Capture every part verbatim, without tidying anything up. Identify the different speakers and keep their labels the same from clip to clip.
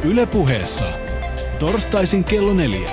Speaker 1: Yle Puheessa. Torstaisin kello neljä.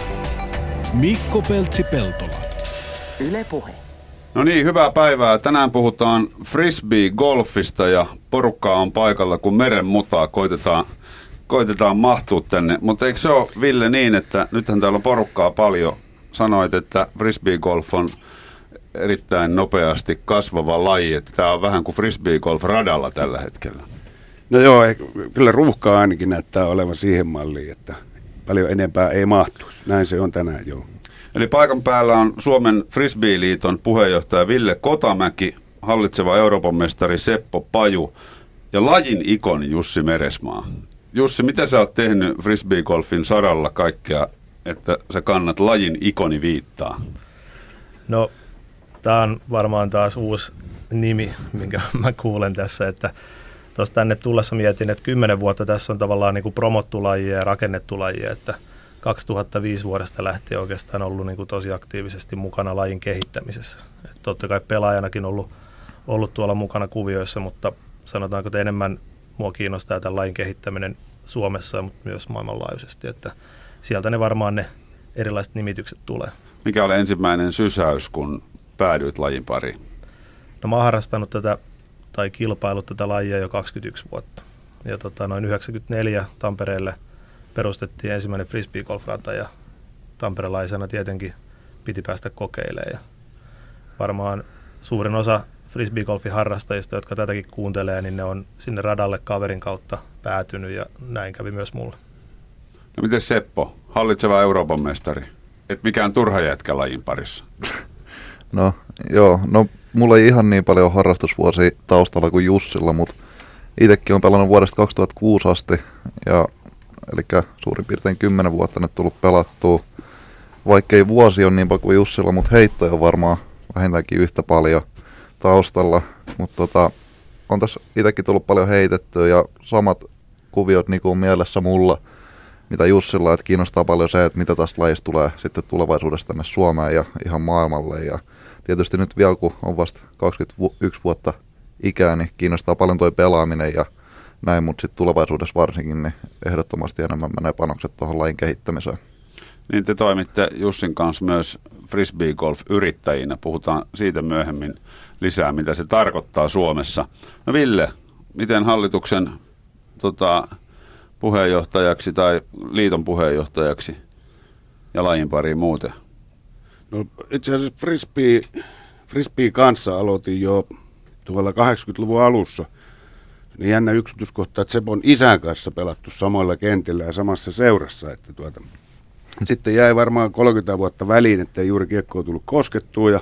Speaker 1: Mikko Peltsi-Peltola.
Speaker 2: Yle Puhe.
Speaker 3: No niin, hyvää päivää. Tänään puhutaan frisbee-golfista ja porukkaa on paikalla, kun meren mutaa koitetaan, koitetaan mahtua tänne. Mutta eikö se ole, Ville, niin, että nythän täällä on porukkaa paljon. Sanoit, että frisbee-golf on erittäin nopeasti kasvava laji, että tämä on vähän kuin frisbee-golf radalla tällä hetkellä.
Speaker 4: No joo, kyllä ruuhkaa ainakin näyttää olevan siihen malliin, että paljon enempää ei mahtuisi. Näin se on tänään, joo.
Speaker 3: Eli paikan päällä on Suomen Frisbee-liiton puheenjohtaja Ville Kotamäki, hallitseva Euroopan mestari Seppo Paju ja lajin ikoni Jussi Meresmaa. Jussi, mitä sä oot tehnyt frisbee-golfin saralla kaikkea, että sä kannat lajin ikoni viittaa?
Speaker 5: No, tää on varmaan taas uusi nimi, minkä mä kuulen tässä, että tuossa tänne tullessa mietin, että kymmenen vuotta tässä on tavallaan niin kuin promottu lajia ja rakennettu lajia, että kaksituhattaviisi vuodesta lähtien oikeastaan ollut niin kuin tosi aktiivisesti mukana lajin kehittämisessä. Et totta kai pelaajanakin ollut, ollut tuolla mukana kuvioissa, mutta sanotaanko, että enemmän mua kiinnostaa tämän lajin kehittäminen Suomessa, mutta myös maailmanlaajuisesti, että sieltä ne varmaan ne erilaiset nimitykset tulee.
Speaker 3: Mikä oli ensimmäinen sysäys, kun päädyit lajin pariin?
Speaker 5: No mä oon harrastanut tätä tai kilpailut tätä lajia jo kaksikymmentäyksi vuotta. Ja tota, noin yhdeksänkymmentäneljä Tampereelle perustettiin ensimmäinen frisbee-golf-rata ja tamperelaisena tietenkin piti päästä kokeilemaan. Ja varmaan suurin osa frisbee-golfin harrastajista, jotka tätäkin kuuntelee, niin ne on sinne radalle kaverin kautta päätynyt ja näin kävi myös mulle.
Speaker 3: No miten Seppo, hallitseva Euroopan mestari? Et mikään turha jätkä lajin parissa?
Speaker 6: No joo, no mulla ei ihan niin paljon harrastusvuosia taustalla kuin Jussilla, mutta itsekin on pelannut vuodesta kaksituhattakuusi asti, ja, eli suurin piirtein kymmenen vuotta nyt tullut pelattua. Vaikka ei vuosi ole niin paljon kuin Jussilla, mutta heittoja on varmaan vähintäänkin yhtä paljon taustalla. Mutta tota, on tässä itsekin tullut paljon heitettyä ja samat kuviot niin kuin on mielessä mulla, mitä Jussilla, että kiinnostaa paljon se, että mitä tästä lajista tulee sitten tulevaisuudessa tänne Suomeen ja ihan maailmalle. Ja tietysti nyt vielä, kun on vasta kaksikymmentäyksi vuotta ikää, niin kiinnostaa paljon toi pelaaminen ja näin, mutta sitten tulevaisuudessa varsinkin, niin ehdottomasti enemmän menee panokset tuohon lajin kehittämiseen.
Speaker 3: Niin te toimitte Jussin kanssa myös frisbee-golf-yrittäjinä. Puhutaan siitä myöhemmin lisää, mitä se tarkoittaa Suomessa. No Ville, miten hallituksen tota, puheenjohtajaksi tai liiton puheenjohtajaksi ja lajin pariin muuten?
Speaker 4: No itse asiassa frisbee, frisbee kanssa aloitin jo tuolla kahdeksankymmentäluvun alussa. Niin jännä yksityiskohta, että Sepon isän kanssa pelattu samoilla kentillä ja samassa seurassa. Että tuota, sitten jäi varmaan kolmekymmentä vuotta väliin, ettei juuri kiekkoa tullut koskettua. Ja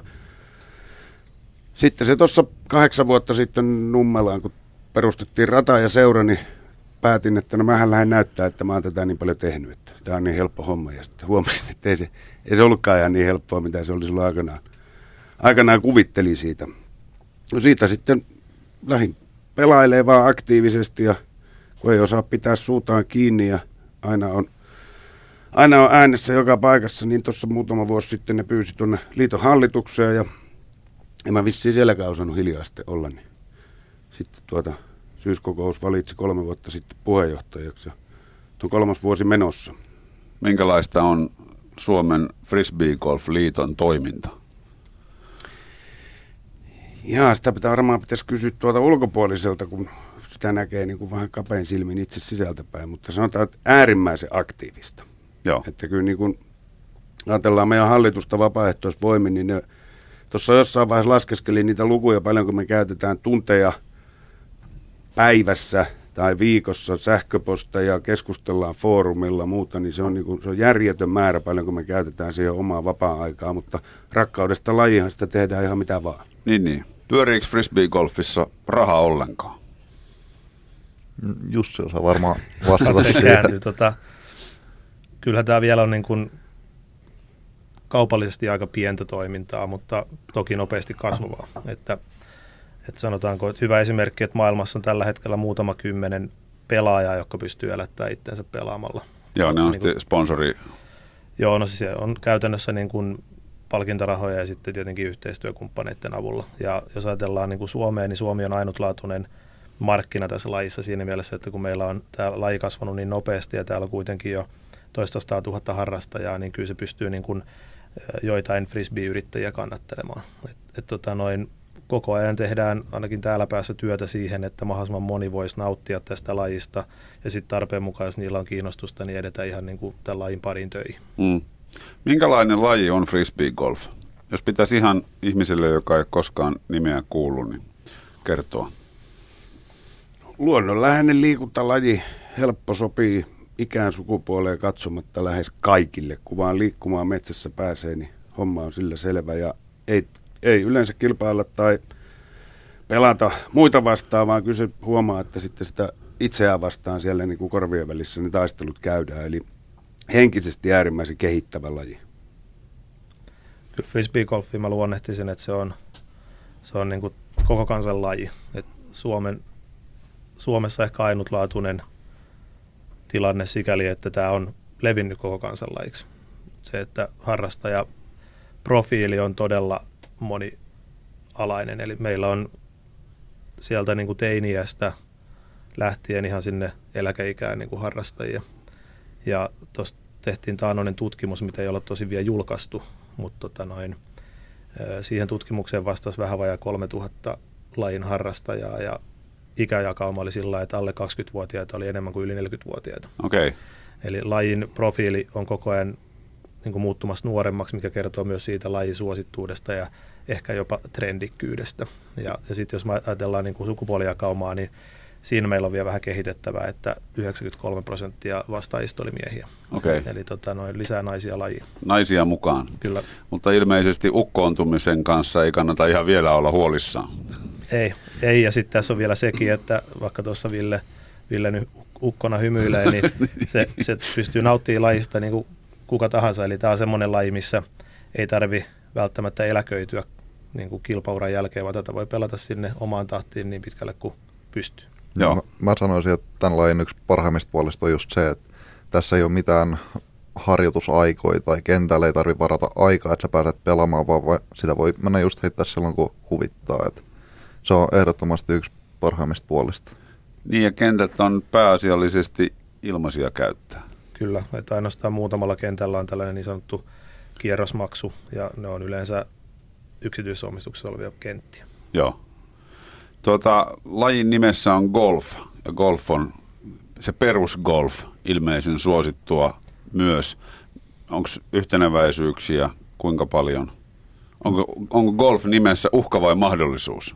Speaker 4: sitten se tuossa kahdeksan vuotta sitten Nummelaan, kun perustettiin rata ja seura, niin päätin, että no mähän lähden näyttää, että mä oon tätä niin paljon tehnyt, että tämä on niin helppo homma. Ja sitten huomasin, että ei se, ei se ollutkaan ihan niin helppoa, mitä se oli silloin aikanaan, aikanaan kuvitteli siitä. No siitä sitten lähdin pelailemaan vaan aktiivisesti ja kun ei osaa pitää suutaan kiinni ja aina on, aina on äänessä joka paikassa, niin tuossa muutama vuosi sitten ne pyysi tuonne liiton hallitukseen ja en mä vissiin sielläkään osannut hiljaa sitten olla, niin sitten tuota syyskokous valitsi kolme vuotta sitten puheenjohtajaksi ja tuon kolmas vuosi menossa.
Speaker 3: Minkälaista on Suomen Frisbee-golf-liiton toiminta?
Speaker 4: Jaa, sitä pitää varmaan pitäisi kysyä tuolta ulkopuoliselta, kun sitä näkee niin kuin vähän kapein silmin itse sisältäpäin, mutta sanotaan, että äärimmäisen aktiivista.
Speaker 3: Joo.
Speaker 4: Että kyllä niin kuin ajatellaan meidän hallitusta vapaaehtoisvoimin, niin ne tuossa jossain vaiheessa laskeskelin niitä lukuja paljon, kun me käytetään tunteja päivässä tai viikossa sähköposteja, keskustellaan foorumilla muuta, niin se on, niin kuin, se on järjetön määrä paljon, kun me käytetään siihen omaa vapaa-aikaa, mutta rakkaudesta lajihan sitä tehdään ihan mitä vaan.
Speaker 3: Niin, niin. Pyöriikö frisbee-golfissa raha ollenkaan?
Speaker 6: Jussi osaa varmaan vastata siihen.
Speaker 5: Tota, kyllähän tämä vielä on niin kuin kaupallisesti aika pientä toimintaa, mutta toki nopeasti kasvavaa. Että, että sanotaanko, että hyvä esimerkki, että maailmassa on tällä hetkellä muutama kymmenen pelaajaa, jotka pystyy elättämään itseensä pelaamalla.
Speaker 3: Joo, ne on
Speaker 5: niin
Speaker 3: sitten sponsori.
Speaker 5: Joo, no se on käytännössä niin kuin palkintarahoja ja sitten tietenkin yhteistyökumppaneiden avulla. Ja jos ajatellaan niin kuin Suomea, niin Suomi on ainutlaatuinen markkina tässä lajissa siinä mielessä, että kun meillä on tämä laji kasvanut niin nopeasti ja täällä on kuitenkin jo toista sataa tuhatta harrastajaa, niin kyllä se pystyy niin kuin joitain frisbee-yrittäjiä kannattelemaan. Et, et tota noin, koko ajan tehdään ainakin täällä päässä työtä siihen, että mahdollisimman moni voisi nauttia tästä lajista ja sitten tarpeen mukaan, jos niillä on kiinnostusta, niin edetään ihan niin kuin tämän lajin pariin töihin.
Speaker 3: Mm. Minkälainen laji on frisbee golf? Jos pitäisi ihan ihmiselle, joka ei koskaan nimeä kuullut, niin kertoa.
Speaker 4: Luonnonläheinen liikuntalaji, helppo sopii ikään sukupuoleen katsomatta lähes kaikille. Kun vaan liikkumaan metsässä pääsee, niin homma on sillä selvä ja ei, ei yleensä kilpailla tai pelata muita vastaan, vaan kyllä se huomaa, että sitten sitä itseään vastaan siellä niin kuin korvien välissä ne taistelut käydään. Eli henkisesti äärimmäisen kehittävä laji.
Speaker 5: Kyllä frisbee-golfia mä luonnehtisin, että se on, se on niin kuin koko kansan laji. Et Suomen, Suomessa ehkä ainutlaatuinen tilanne sikäli, että tämä on levinnyt koko kansan lajiksi. Se, että harrastajaprofiili on todella monialainen, eli meillä on sieltä niin kuin teiniästä lähtien ihan sinne eläkeikään niin kuin harrastajia. Ja tuossa tehtiin taannoinen tutkimus, mitä ei ole tosi vielä julkaistu, mutta tota noin, siihen tutkimukseen vastasi vähän vajaa kolmetuhatta lajin harrastajaa ja ikäjakauma oli sillä lailla, että alle kaksikymmentävuotiaita oli enemmän kuin yli neljäkymmentävuotiaita.
Speaker 3: Okay.
Speaker 5: Eli lajin profiili on koko ajan niin kuin muuttumassa nuoremmaksi, mikä kertoo myös siitä lajin suosittuudesta ja ehkä jopa trendikkyydestä. Ja, ja sitten jos ajatellaan niin kuin sukupuolijakaumaa, niin siinä meillä on vielä vähän kehitettävää, että yhdeksänkymmentäkolme prosenttia vastaajista oli miehiä.
Speaker 3: Okay.
Speaker 5: Eli tota, noin, lisää naisia lajiin.
Speaker 3: Naisia mukaan.
Speaker 5: Kyllä.
Speaker 3: Mutta ilmeisesti ukkoontumisen kanssa ei kannata ihan vielä olla huolissaan.
Speaker 5: Ei, ei. Ja sitten tässä on vielä sekin, että vaikka tuossa Ville, Ville nyt ukkona hymyilee, niin se, se pystyy nauttimaan lajista niin kuin kuka tahansa. Eli tämä on semmoinen laji, missä ei tarvi välttämättä eläköityä niin kuin kilpauran jälkeen, vaan tätä voi pelata sinne omaan tahtiin niin pitkälle kuin pystyy.
Speaker 6: Joo. Mä, mä sanoisin, että tämän lajin yksi parhaimmista puolista on just se, että tässä ei ole mitään harjoitusaikoja tai kentällä ei tarvitse varata aikaa, että sä pääset pelaamaan, vaan vai, sitä voi mennä just heittää silloin, kun huvittaa. Että se on ehdottomasti yksi parhaimmista puolista.
Speaker 3: Niin ja kentät on pääasiallisesti ilmaisia käyttää.
Speaker 5: Kyllä, että ainoastaan muutamalla kentällä on tällainen niin sanottu kierrosmaksu ja ne on yleensä yksityisomistuksessa olevia kenttiä.
Speaker 3: Joo. Tuota, lajin nimessä on golf ja golf on se perusgolf ilmeisen suosittua myös. Onko yhteneväisyyksiä kuinka paljon? Onko, onko golf nimessä uhka vai mahdollisuus?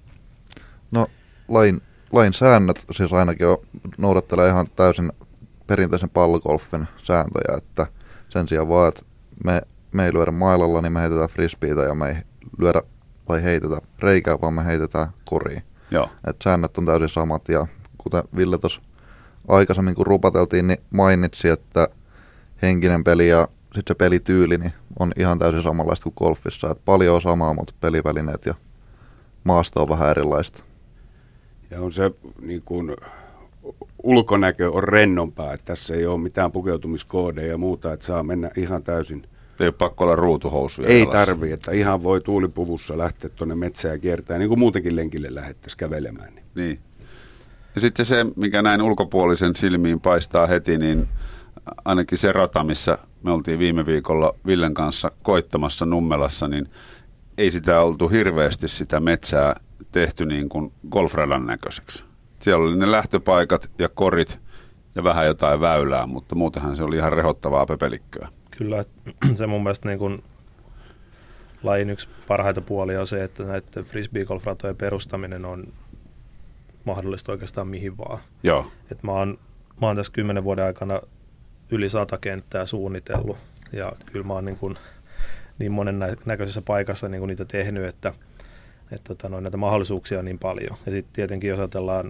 Speaker 6: No lain, lain säännöt siis ainakin on, noudattelee ihan täysin perinteisen pallogolfin sääntöjä, että sen sijaan vaan, että me, me ei lyödä mailalla, niin me heitetään frisbeitä ja me ei lyödä tai heitetä reikää, vaan me heitetään koriin.
Speaker 3: Joo. Et
Speaker 6: säännöt on täysin samat ja kuten Ville tuossa aikaisemmin kun rupateltiin, niin mainitsi, että henkinen peli ja sitten se pelityyli niin on ihan täysin samanlaista kuin golfissa. Et paljon on samaa, mutta pelivälineet ja maasto on vähän erilaista.
Speaker 4: Ja on se niin kuin, ulkonäkö on rennompaa, että tässä ei ole mitään pukeutumiskoodeja ja muuta, että saa mennä ihan täysin.
Speaker 3: Ei ole pakko olla ruutuhousuja.
Speaker 4: Ei tarvi, että ihan voi tuulipuvussa lähteä tuonne metsään ja kiertää, niin kuin muutenkin lenkille lähdettäisiin kävelemään. Niin.
Speaker 3: Niin. Ja sitten se, mikä näin ulkopuolisen silmiin paistaa heti, niin ainakin se rata, missä me oltiin viime viikolla Villen kanssa koittamassa Nummelassa, niin ei sitä oltu hirveästi sitä metsää tehty niin kuin golfradan näköiseksi. Siellä oli ne lähtöpaikat ja korit ja vähän jotain väylää, mutta muutenhan se oli ihan rehottavaa pepelikköä.
Speaker 5: Kyllä, se mun mielestä niin kuin lajin yksi parhaita puolia on se, että näiden frisbee-golf-ratojen perustaminen on mahdollista oikeastaan mihin vaan.
Speaker 3: Joo.
Speaker 5: Et mä, oon, mä oon tässä kymmenen vuoden aikana yli sata kenttää suunnitellut ja kyllä mä oon niin, kuin, niin monen näköisessä paikassa niin kuin niitä tehnyt, että, että tota, no, näitä mahdollisuuksia on niin paljon. Ja sitten tietenkin jos ajatellaan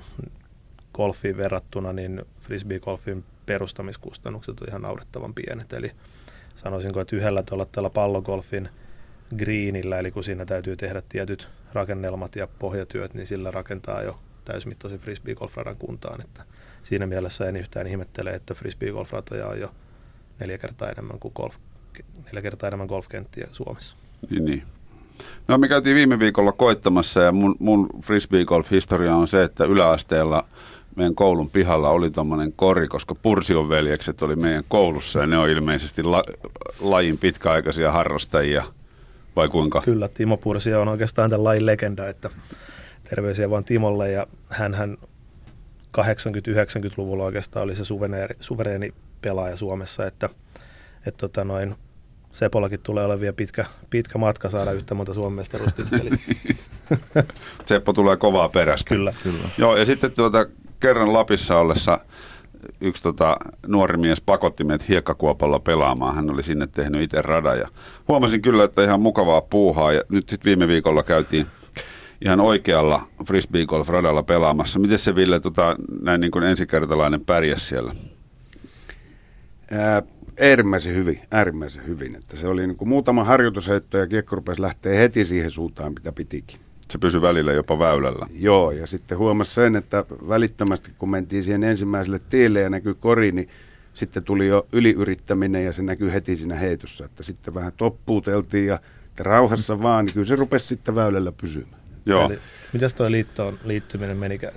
Speaker 5: golfiin verrattuna, niin frisbee-golfin perustamiskustannukset on ihan naurettavan pienet. Eli sanoisinko, että yhdellä tuolla tällä pallogolfin greenillä, eli kun siinä täytyy tehdä tietyt rakennelmat ja pohjatyöt, niin sillä rakentaa jo täysmittaisen frisbee-golfradan kuntaan. Että siinä mielessä en yhtään ihmettele, että frisbee-golfratoja on jo neljä kertaa enemmän kuin golf, neljä kertaa enemmän golfkenttiä Suomessa.
Speaker 3: Niin, niin. No me käytiin viime viikolla koittamassa ja mun, mun frisbeegolf-historia on se, että yläasteella meidän koulun pihalla oli tommonen kori, koska Pursion veljekset oli meidän koulussa ja ne on ilmeisesti la, lajin pitkäaikaisia harrastajia, vai kuinka?
Speaker 5: Kyllä, Timo Pursio on oikeastaan tämän lajin legenda, että terveisiä vaan Timolle ja hänhän kahdeksankymmentä-yhdeksänkymmentäluvulla oikeastaan oli se suvereeni, suvereeni pelaaja Suomessa, että, että tota noin, Sepollakin tulee olemaan vielä pitkä, pitkä matka saada yhtä monta Suomen mestaruustitteliä.
Speaker 3: Seppo tulee kovaa perästä.
Speaker 5: Kyllä. Kyllä.
Speaker 3: Joo, ja sitten tuota, kerran Lapissa ollessa yksi tota, nuori mies pakotti meidät hiekkakuopalla pelaamaan. Hän oli sinne tehnyt itse radan ja huomasin kyllä, että ihan mukavaa puuhaa. Ja nyt sitten viime viikolla käytiin ihan oikealla frisbeegolf-radalla pelaamassa. Miten se, Ville, tota, näin niin kuin ensikertalainen pärjäs siellä?
Speaker 4: Ää, äärimmäisen hyvin, äärimmäisen hyvin. Että se oli niin kuin muutama harjoitusheitto ja kiekko rupesi lähteä heti siihen suuntaan, mitä pitikin.
Speaker 3: Se pysyi välillä jopa väylällä.
Speaker 4: Joo, ja sitten huomasi sen, että välittömästi kun mentiin siihen ensimmäiselle tielle ja näkyi kori, niin sitten tuli jo yliyrittäminen ja se näkyi heti siinä heitossa. Että sitten vähän toppuuteltiin ja rauhassa vaan, niin kyllä se rupesi sitten väylällä pysymään.
Speaker 3: Joo.
Speaker 5: Eli, mitäs toi liittoon liittyminen menikään?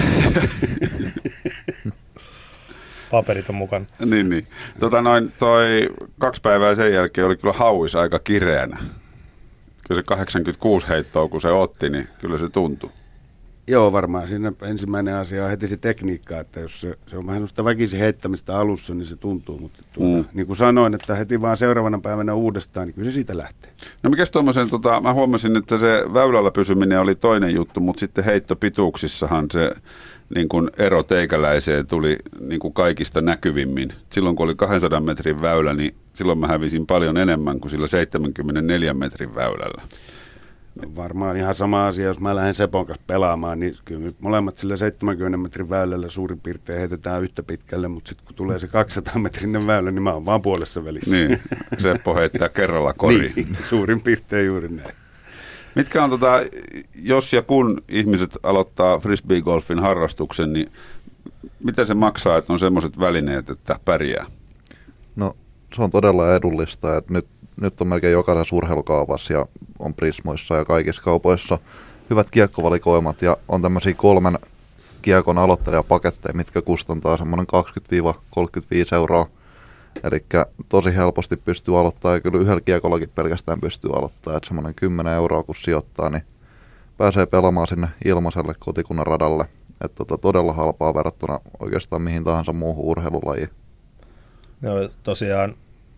Speaker 5: Paperit on mukana.
Speaker 3: niin, niin. Tota noin, toi kaksi päivää sen jälkeen oli kyllä hauis aika kireänä. Kyllä se kahdeksankymmentäkuusi heittoa, kun se otti, niin kyllä se tuntui.
Speaker 4: Joo, varmaan siinä ensimmäinen asia on heti se tekniikka, että jos se, se on vähän sitä väkisin heittämistä alussa, niin se tuntuu. Mutta tuota, mm. niin kuin sanoin, että heti vaan seuraavana päivänä uudestaan, niin kyllä se siitä lähtee.
Speaker 3: No mikäs tuommoisen, tota, mä huomasin, että se väylällä pysyminen oli toinen juttu, mutta sitten heittopituuksissahan se niin kuin ero teikäläiseen tuli niin kuin kaikista näkyvimmin. Silloin kun oli kahdensadan metrin väylä, niin silloin mä hävisin paljon enemmän kuin sillä seitsemänkymmentäneljän metrin väylällä.
Speaker 4: No varmaan ihan sama asia, jos mä lähden Sepon kanssa pelaamaan, niin kyllä molemmat sillä seitsemänkymmenen metrin väylällä suurin piirtein heitetään yhtä pitkälle, mutta sitten kun tulee se kaksisataa metrinen väylä, niin mä oon vaan puolessa välissä.
Speaker 3: Niin, Seppo heittää kerralla koriin.
Speaker 4: Niin, suurin piirtein juuri näin.
Speaker 3: Mitkä on, tota, jos ja kun ihmiset aloittaa frisbeegolfin harrastuksen, niin mitä se maksaa, että on semmoiset välineet, että pärjää?
Speaker 6: No se on todella edullista, että nyt, nyt on melkein jokaisessa urheilukaupassa ja on Prismoissa ja kaikissa kaupoissa hyvät kiekkovalikoimat ja on tämmöisiä kolmen kiekon aloittelijapaketteja, mitkä kustantaa semmoinen kaksikymmentä kolmekymmentäviisi euroa. Eli tosi helposti pystyy aloittamaan ja kyllä yhdellä kiekollakin pelkästään pystyy aloittamaan, että semmoinen kymmenen euroa kun sijoittaa, niin pääsee pelaamaan sinne ilmaiselle kotikunnan radalle. Että tota, todella halpaa verrattuna oikeastaan mihin tahansa muuhun urheilulajiin.
Speaker 5: No, tosiaan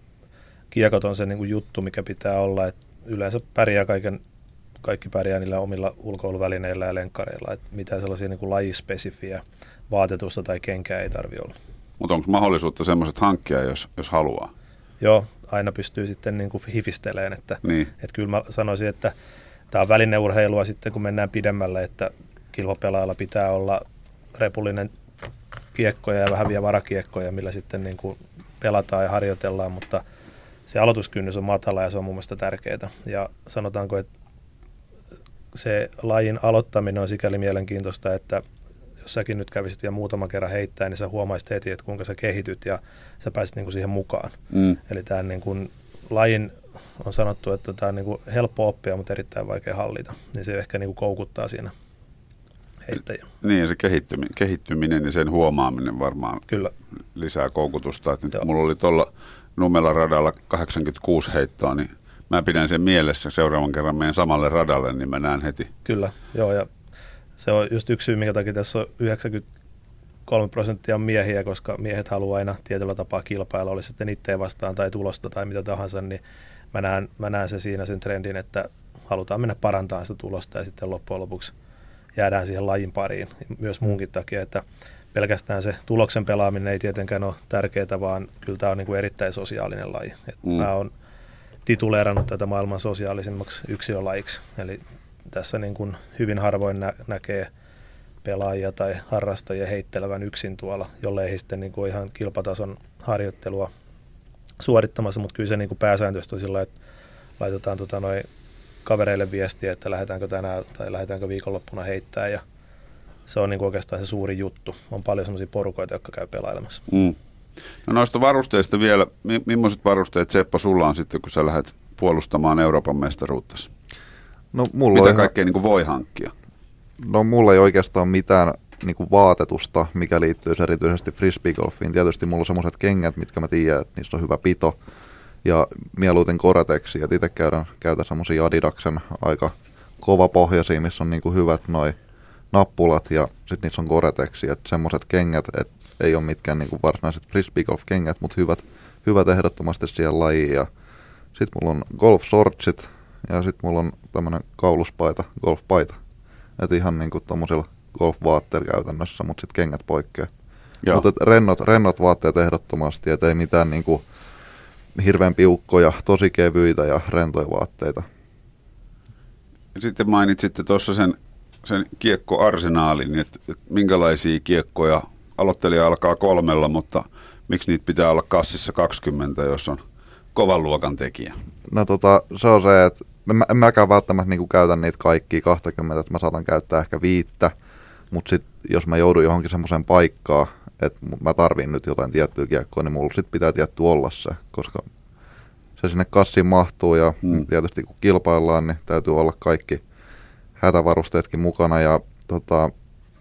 Speaker 5: kiekot on se niin kuin juttu, mikä pitää olla, että yleensä pärjää kaiken, kaikki pärjää niillä omilla ulkoiluvälineillä ja lenkkareilla, että mitään sellaisia niin kuin lajispesifiä vaatetusta tai kenkää ei tarvitse olla.
Speaker 3: Mutta onko mahdollisuutta semmoiset hankkia, jos, jos haluaa?
Speaker 5: Joo, aina pystyy sitten niin kuin hifistelemään, että,
Speaker 3: niin.
Speaker 5: että kyllä mä sanoisin, että tämä on välineurheilua sitten, kun mennään pidemmälle, että kilpapelaajalla pitää olla repullinen kiekkoja ja vähän vielä varakiekkoja, millä sitten niin kuin pelataan ja harjoitellaan, mutta se aloituskynnys on matala ja se on mun mielestä tärkeää. Ja sanotaanko, että se lajin aloittaminen on sikäli mielenkiintoista, että jos säkin nyt kävisit vielä muutaman kerran heittämään, niin sä huomaisit heti, että kuinka sä kehityt ja sä pääsit niin kuin siihen mukaan. Mm. Eli tämän niin kuin lajin on sanottu, että tämä on niin kuin helppo oppia, mutta erittäin vaikea hallita. Niin se ehkä niin kuin koukuttaa siinä heittäjiä.
Speaker 3: Niin ja se kehittyminen, kehittyminen ja sen huomaaminen varmaan
Speaker 5: Kyllä.
Speaker 3: lisää koukutusta. Että nyt mulla oli tuolla Nummelan radalla kahdeksankymmentäkuusi heittoa, niin mä pidän sen mielessä seuraavan kerran meidän samalle radalle, niin mä näen heti.
Speaker 5: Kyllä, joo ja se on just yksi syy, minkä takia tässä on yhdeksänkymmentäkolme prosenttia miehiä, koska miehet haluaa aina tietyllä tapaa kilpailla, oli sitten itteen vastaan tai tulosta tai mitä tahansa, niin mä näen, mä näen se siinä sen trendin, että halutaan mennä parantamaan sitä tulosta ja sitten loppujen lopuksi jäädään siihen lajin pariin. Myös muunkin takia, että pelkästään se tuloksen pelaaminen ei tietenkään ole tärkeää, vaan kyllä tämä on niin kuin erittäin sosiaalinen laji. Mm. Mä oon tituleerannut tätä maailman sosiaalisimmaksi yksilölajiksi, eli tässä niin kuin hyvin harvoin nä- näkee pelaajia tai harrastajia heittelevän yksin tuolla, jollei he sitten niin kuin ihan kilpatason harjoittelua suorittamassa, mutta kyllä se niin kuin pääsääntöistä on sillä, että laitetaan tota noi kavereille viestiä, että lähdetäänkö tänään tai lähdetäänkö viikonloppuna heittää ja se on niin kuin oikeastaan se suuri juttu. On paljon sellaisia porukoita, jotka käy pelailemassa.
Speaker 3: Mm. No noista varusteista vielä, millaiset varusteet Seppo sulla on sitten, kun sä lähdet puolustamaan Euroopan mestaruuttasi?
Speaker 6: No, mulla
Speaker 3: Mitä
Speaker 6: ihan...
Speaker 3: kaikkea niin kuin voi hankkia?
Speaker 6: No mulla ei oikeastaan mitään niin kuin vaatetusta, mikä liittyy erityisesti frisbeegolfiin. Tietysti mulla on semmoiset kengät, mitkä mä tiedän, että niissä on hyvä pito. Ja mieluiten Gore-Texia. Itse käydän, käytän semmoisia Adidaksen aika kovapohjaisia, missä on niin kuin hyvät noi nappulat ja sitten niissä on Gore-Texia. Semmoiset kengät, että ei ole mitkään niin kuin varsinaiset frisbeegolf-kengät, mutta hyvät, hyvät ehdottomasti siihen lajiin. Ja sitten mulla on golf-shortsit ja sitten mulla on tämmöinen kauluspaita, golfpaita. Että ihan niin kuin tommosilla golf-vaatteilla käytännössä, mutta sitten kengät poikkeaa. Mutta rennot, rennot vaatteet ehdottomasti, että ei mitään niin kuin hirveän piukkoja, tosi kevyitä ja rentoja vaatteita.
Speaker 3: Sitten mainitsitte tuossa sen, sen kiekkoarsenaalin, että, että minkälaisia kiekkoja, aloittelija alkaa kolmella, mutta miksi niitä pitää olla kassissa kaksikymmentä, jos on kovan luokan tekijä?
Speaker 6: No tota, se on se, että en, en mäkään välttämättä niinku käytä niitä kaikkia kaksikymmentä, että mä saatan käyttää ehkä viittä, mutta sitten jos mä joudun johonkin semmoiseen paikkaan, että mä tarvin nyt jotain tiettyä kiekkoa, niin mulla sitten pitää tietty olla se, koska se sinne kassiin mahtuu ja hmm. tietysti kun kilpaillaan, niin täytyy olla kaikki hätävarusteetkin mukana ja tota,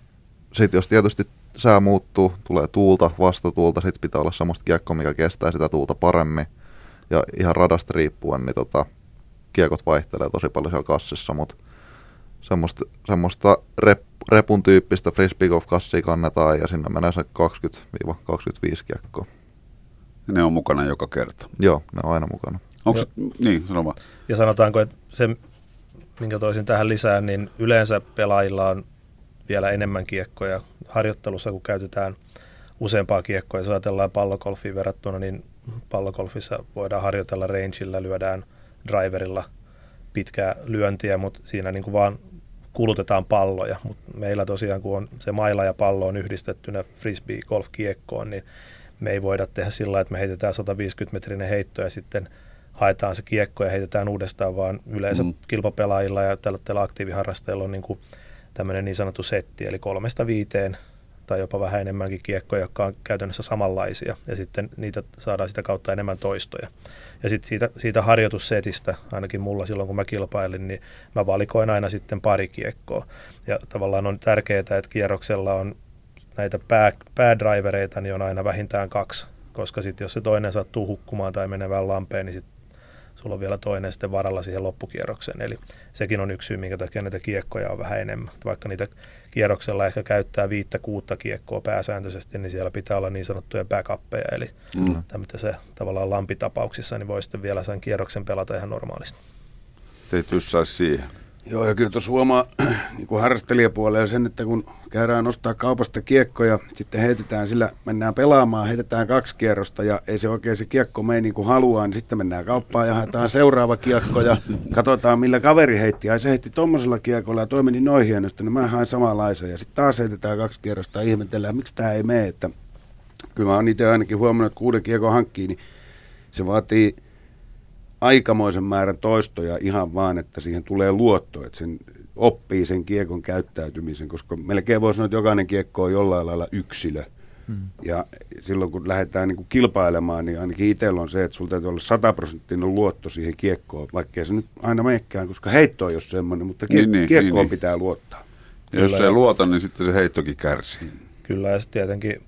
Speaker 6: sitten jos tietysti sää muuttuu, tulee tuulta, vastatuulta, sitten pitää olla semmoista kiekkoa, mikä kestää sitä tuulta paremmin ja ihan radasta riippuen, niin tota, kiekot vaihtelee tosi paljon siellä kassissa, mutta semmoista, semmoista rep, repun tyyppistä frisbeegolf-kassia kannetaan ja sinne menee se kaksikymmentä kaksikymmentäviisi kiekkoa.
Speaker 3: Ja ne on mukana joka kerta?
Speaker 6: Joo, ne on aina mukana.
Speaker 3: Onko se, niin, sano vaan.
Speaker 5: Ja sanotaanko, että se, minkä toisin tähän lisään, niin yleensä pelaajilla on vielä enemmän kiekkoja harjoittelussa, kun käytetään useampaa kiekkoa. Jos ajatellaan pallogolfiin verrattuna, niin pallogolfissa voidaan harjoitella rangeillä, lyödään driverilla pitkää lyöntiä, mutta siinä niin kuin vaan kulutetaan palloja. Mut meillä tosiaan, kun on se maila ja pallo on yhdistettynä frisbee-golf-kiekkoon, niin me ei voida tehdä sillä lailla, että me heitetään sata viisikymmentä metrinen heitto ja sitten haetaan se kiekko ja heitetään uudestaan, vaan yleensä mm. kilpapelaajilla ja tällä aktiiviharrastajilla on niin kuin tämmöinen niin sanottu setti, eli kolmesta viiteen tai jopa vähän enemmänkin kiekkoja, jotka on käytännössä samanlaisia, ja sitten niitä saadaan sitä kautta enemmän toistoja. Ja sitten siitä, siitä harjoitussetistä, ainakin mulla silloin kun mä kilpailin, niin mä valikoin aina sitten pari kiekkoa. Ja tavallaan on tärkeää, että kierroksella on näitä pää, päädrivereita, niin on aina vähintään kaksi, koska sitten jos se toinen sattuu hukkumaan tai menevään lampeen, niin sitten sulla on vielä toinen sitten varalla siihen loppukierrokseen. Eli sekin on yksi syy, minkä takia näitä kiekkoja on vähän enemmän. Vaikka niitä kierroksella ehkä käyttää viittä kuutta kiekkoa pääsääntöisesti, niin siellä pitää olla niin sanottuja backuppeja. Eli mm. tämmöisessä tavallaan lampitapauksissa niin voi sitten vielä sen kierroksen pelata ihan normaalisti.
Speaker 3: Te ei tyssäisi siihen.
Speaker 4: Joo, ja kyllä tuossa huomaa niin kuin harrastelijapuolella sen, että kun käydään ostaa kaupasta kiekkoja, sitten heitetään sillä, mennään pelaamaan, heitetään kaksi kierrosta ja ei se oikein se kiekko mene niin kuin haluaa, niin sitten mennään kauppaan ja haetaan seuraava kiekko ja katsotaan millä kaveri heitti. Ai se heitti tommosella kiekolla ja toi meni noin hienosti, niin mä haen samanlaisen ja sitten taas heitetään kaksi kierrosta ja ihmetellään, miksi tämä ei mene. Että kyllä mä oon itse ainakin huomannut, että kuuden kiekon hankkii, niin se vaatii aikamoisen määrän toistoja ihan vaan, että siihen tulee luotto, että sen oppii sen kiekon käyttäytymisen, koska melkein voi sanoa, että jokainen kiekko on jollain lailla yksilö. Hmm. Ja silloin kun lähdetään niin kuin kilpailemaan, niin ainakin itsellä on se, että sulla täytyy olla sataprosenttinen luotto siihen kiekkoon, vaikkei se nyt aina menekään, koska heitto ei ole semmoinen, mutta kie- niin, niin, kiekkoon niin, pitää luottaa.
Speaker 3: Ja jos ei luota, niin sitten se heittokin kärsii.
Speaker 5: Kyllä, ja sitten tietenkin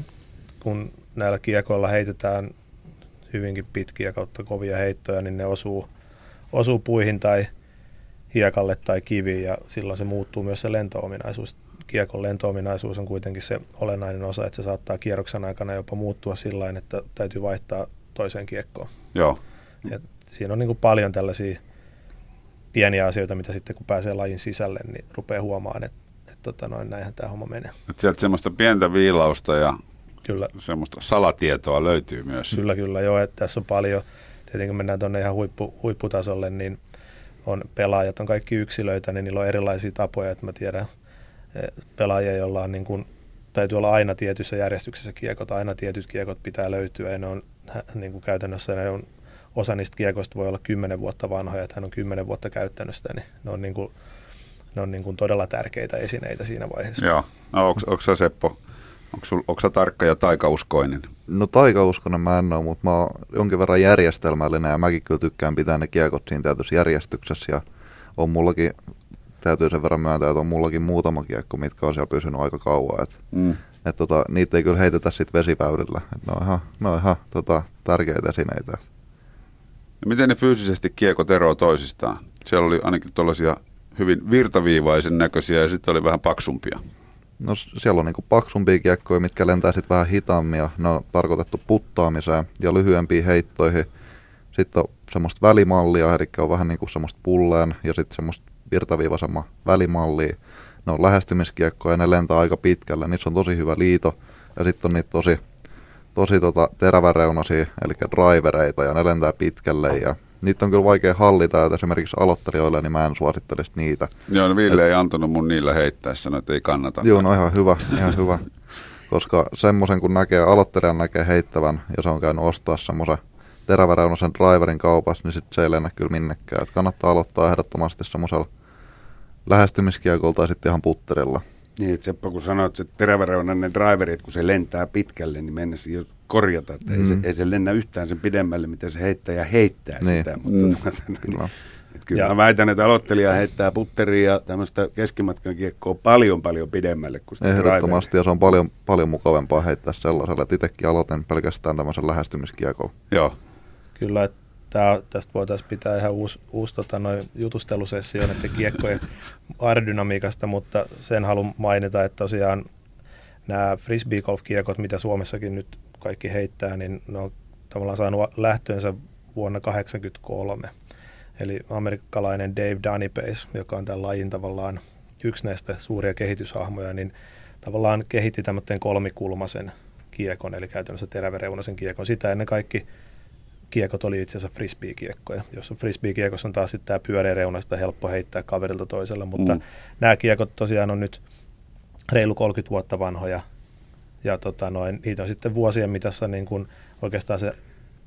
Speaker 5: kun näillä kiekoilla heitetään hyvinkin pitkiä kautta kovia heittoja, niin ne osuu, osuu puihin tai hiekalle tai kiviin, ja silloin se muuttuu myös se lento-ominaisuus. Kiekon lento-ominaisuus on kuitenkin se olennainen osa, että se saattaa kierroksen aikana jopa muuttua sillä tavalla, että täytyy vaihtaa toiseen kiekkoon.
Speaker 3: Joo.
Speaker 5: Ja siinä on niin kuin paljon tällaisia pieniä asioita, mitä sitten kun pääsee lajin sisälle, niin rupeaa huomaamaan, että, että tota noin, näinhän tämä homma menee.
Speaker 3: Että sieltä semmoista pientä viilausta ja
Speaker 5: kyllä
Speaker 3: semmoista salatietoa löytyy myös.
Speaker 5: Kyllä, kyllä, joo, että tässä on paljon, tietenkin mennään tuonne ihan huippu, huipputasolle, niin on pelaajat, on kaikki yksilöitä, niin niillä on erilaisia tapoja, että mä tiedän pelaajia, joilla on niin kuin, täytyy olla aina tietyssä järjestyksessä kiekot, aina tietyt kiekot pitää löytyä, ja ne on niin kuin käytännössä, ne on, osa niistä kiekoista voi olla kymmenen vuotta vanhoja, että hän on kymmenen vuotta käyttänyt sitä, niin ne on, niin kuin, ne on niin kuin todella tärkeitä esineitä siinä vaiheessa.
Speaker 3: Joo, no, onko, onko sä Seppo? Onko, sul, onko sä tarkka ja taikauskoinen?
Speaker 6: No taikauskoinen mä en ole, mutta mä oon jonkin verran järjestelmällinen ja mäkin kyllä tykkään pitää ne kiekot siinä tietyssä järjestyksessä ja on mullakin, täytyy sen verran myöntää, että on mullakin muutama kiekko, mitkä on siellä pysynyt aika kauan. Et, mm. et tota, niitä ei kyllä heitetä sit vesiväylillä. Et ne on ihan, ne on ihan tota, tärkeitä esineitä.
Speaker 3: Ja miten ne fyysisesti kiekot eroavat toisistaan? Siellä oli ainakin tuollaisia hyvin virtaviivaisen näköisiä ja sitten oli vähän paksumpia.
Speaker 6: No siellä on niinku paksumpia kiekkoja, mitkä lentää sitten vähän hitaammin ja ne on tarkoitettu puttaamiseen ja lyhyempiin heittoihin. Sitten on semmoista välimallia, eli on vähän niinku semmoista pulleen ja sitten semmoista virtaviivaisemman välimallia. Ne on lähestymiskiekkoja ja ne lentää aika pitkälle. Niissä on tosi hyvä liito ja sitten on niitä tosi, tosi tota teräväreunaisia, eli drivereita ja ne lentää pitkälle ja niitä on kyllä vaikea hallita, että esimerkiksi aloittelijoille, niin mä en suosittelisi niitä.
Speaker 3: Joo, no Ville Et, ei antanut mun niillä heittää, sanoi, että ei kannata.
Speaker 6: Joo, no ihan hyvä, ihan hyvä. Koska semmoisen kun näkee, aloittelijan näkee heittävän, ja se on käynyt ostaa semmoisen teräväreunaisen driverin kaupassa, niin sitten se ei lennä kyllä minnekään. Et kannattaa aloittaa ehdottomasti semmoisella lähestymiskiekolla tai sitten ihan putterilla.
Speaker 4: Niin, että Seppo, kun sanoit, että teräväreunainen driveri, että kun se lentää pitkälle, niin mennessä jo korjata, että mm. ei, se, ei se lennä yhtään sen pidemmälle, mitä se heittää ja heittää niin. sitä. Mutta mm. tuota, niin, että kyllä ja. Mä väitän, että aloittelija heittää putteria ja tämmöistä keskimatkan kiekkoa paljon paljon pidemmälle kuin sitä
Speaker 6: ehdottomasti, ja se on paljon, paljon mukavampaa heittää sellaisella, että itsekin aloitin pelkästään tämmöisen lähestymiskiekolla.
Speaker 5: Joo. Kyllä, että Tää, tästä voitaisiin pitää ihan uusi, uusi tota, noin jutustelusessio näiden kiekkojen aerodynamiikasta, mutta sen haluan mainita, että tosiaan nämä frisbee-golf-kiekot, mitä Suomessakin nyt kaikki heittää, niin ne on tavallaan saanut lähtöönsä vuonna tuhatyhdeksänsataakahdeksankymmentäkolme. Eli amerikkalainen Dave Dunipace, joka on tämän lajin tavallaan yksi näistä suuria kehityshahmoja, niin tavallaan kehitti tämmöisen kolmikulmaisen kiekon, eli käytännössä teräväreunaisen kiekon. Sitä ennen kaikki kiekot oli itse asiassa frisbee-kiekkoja. Jos on frisbee-kiekossa on taas sitten tämä pyöreä reuna, sitä helppo heittää kaverilta toisella, mutta mm. nämä kiekot tosiaan on nyt reilu kolmekymmentä vuotta vanhoja, ja tota noin, niitä on sitten vuosien mitassa niin kun oikeastaan se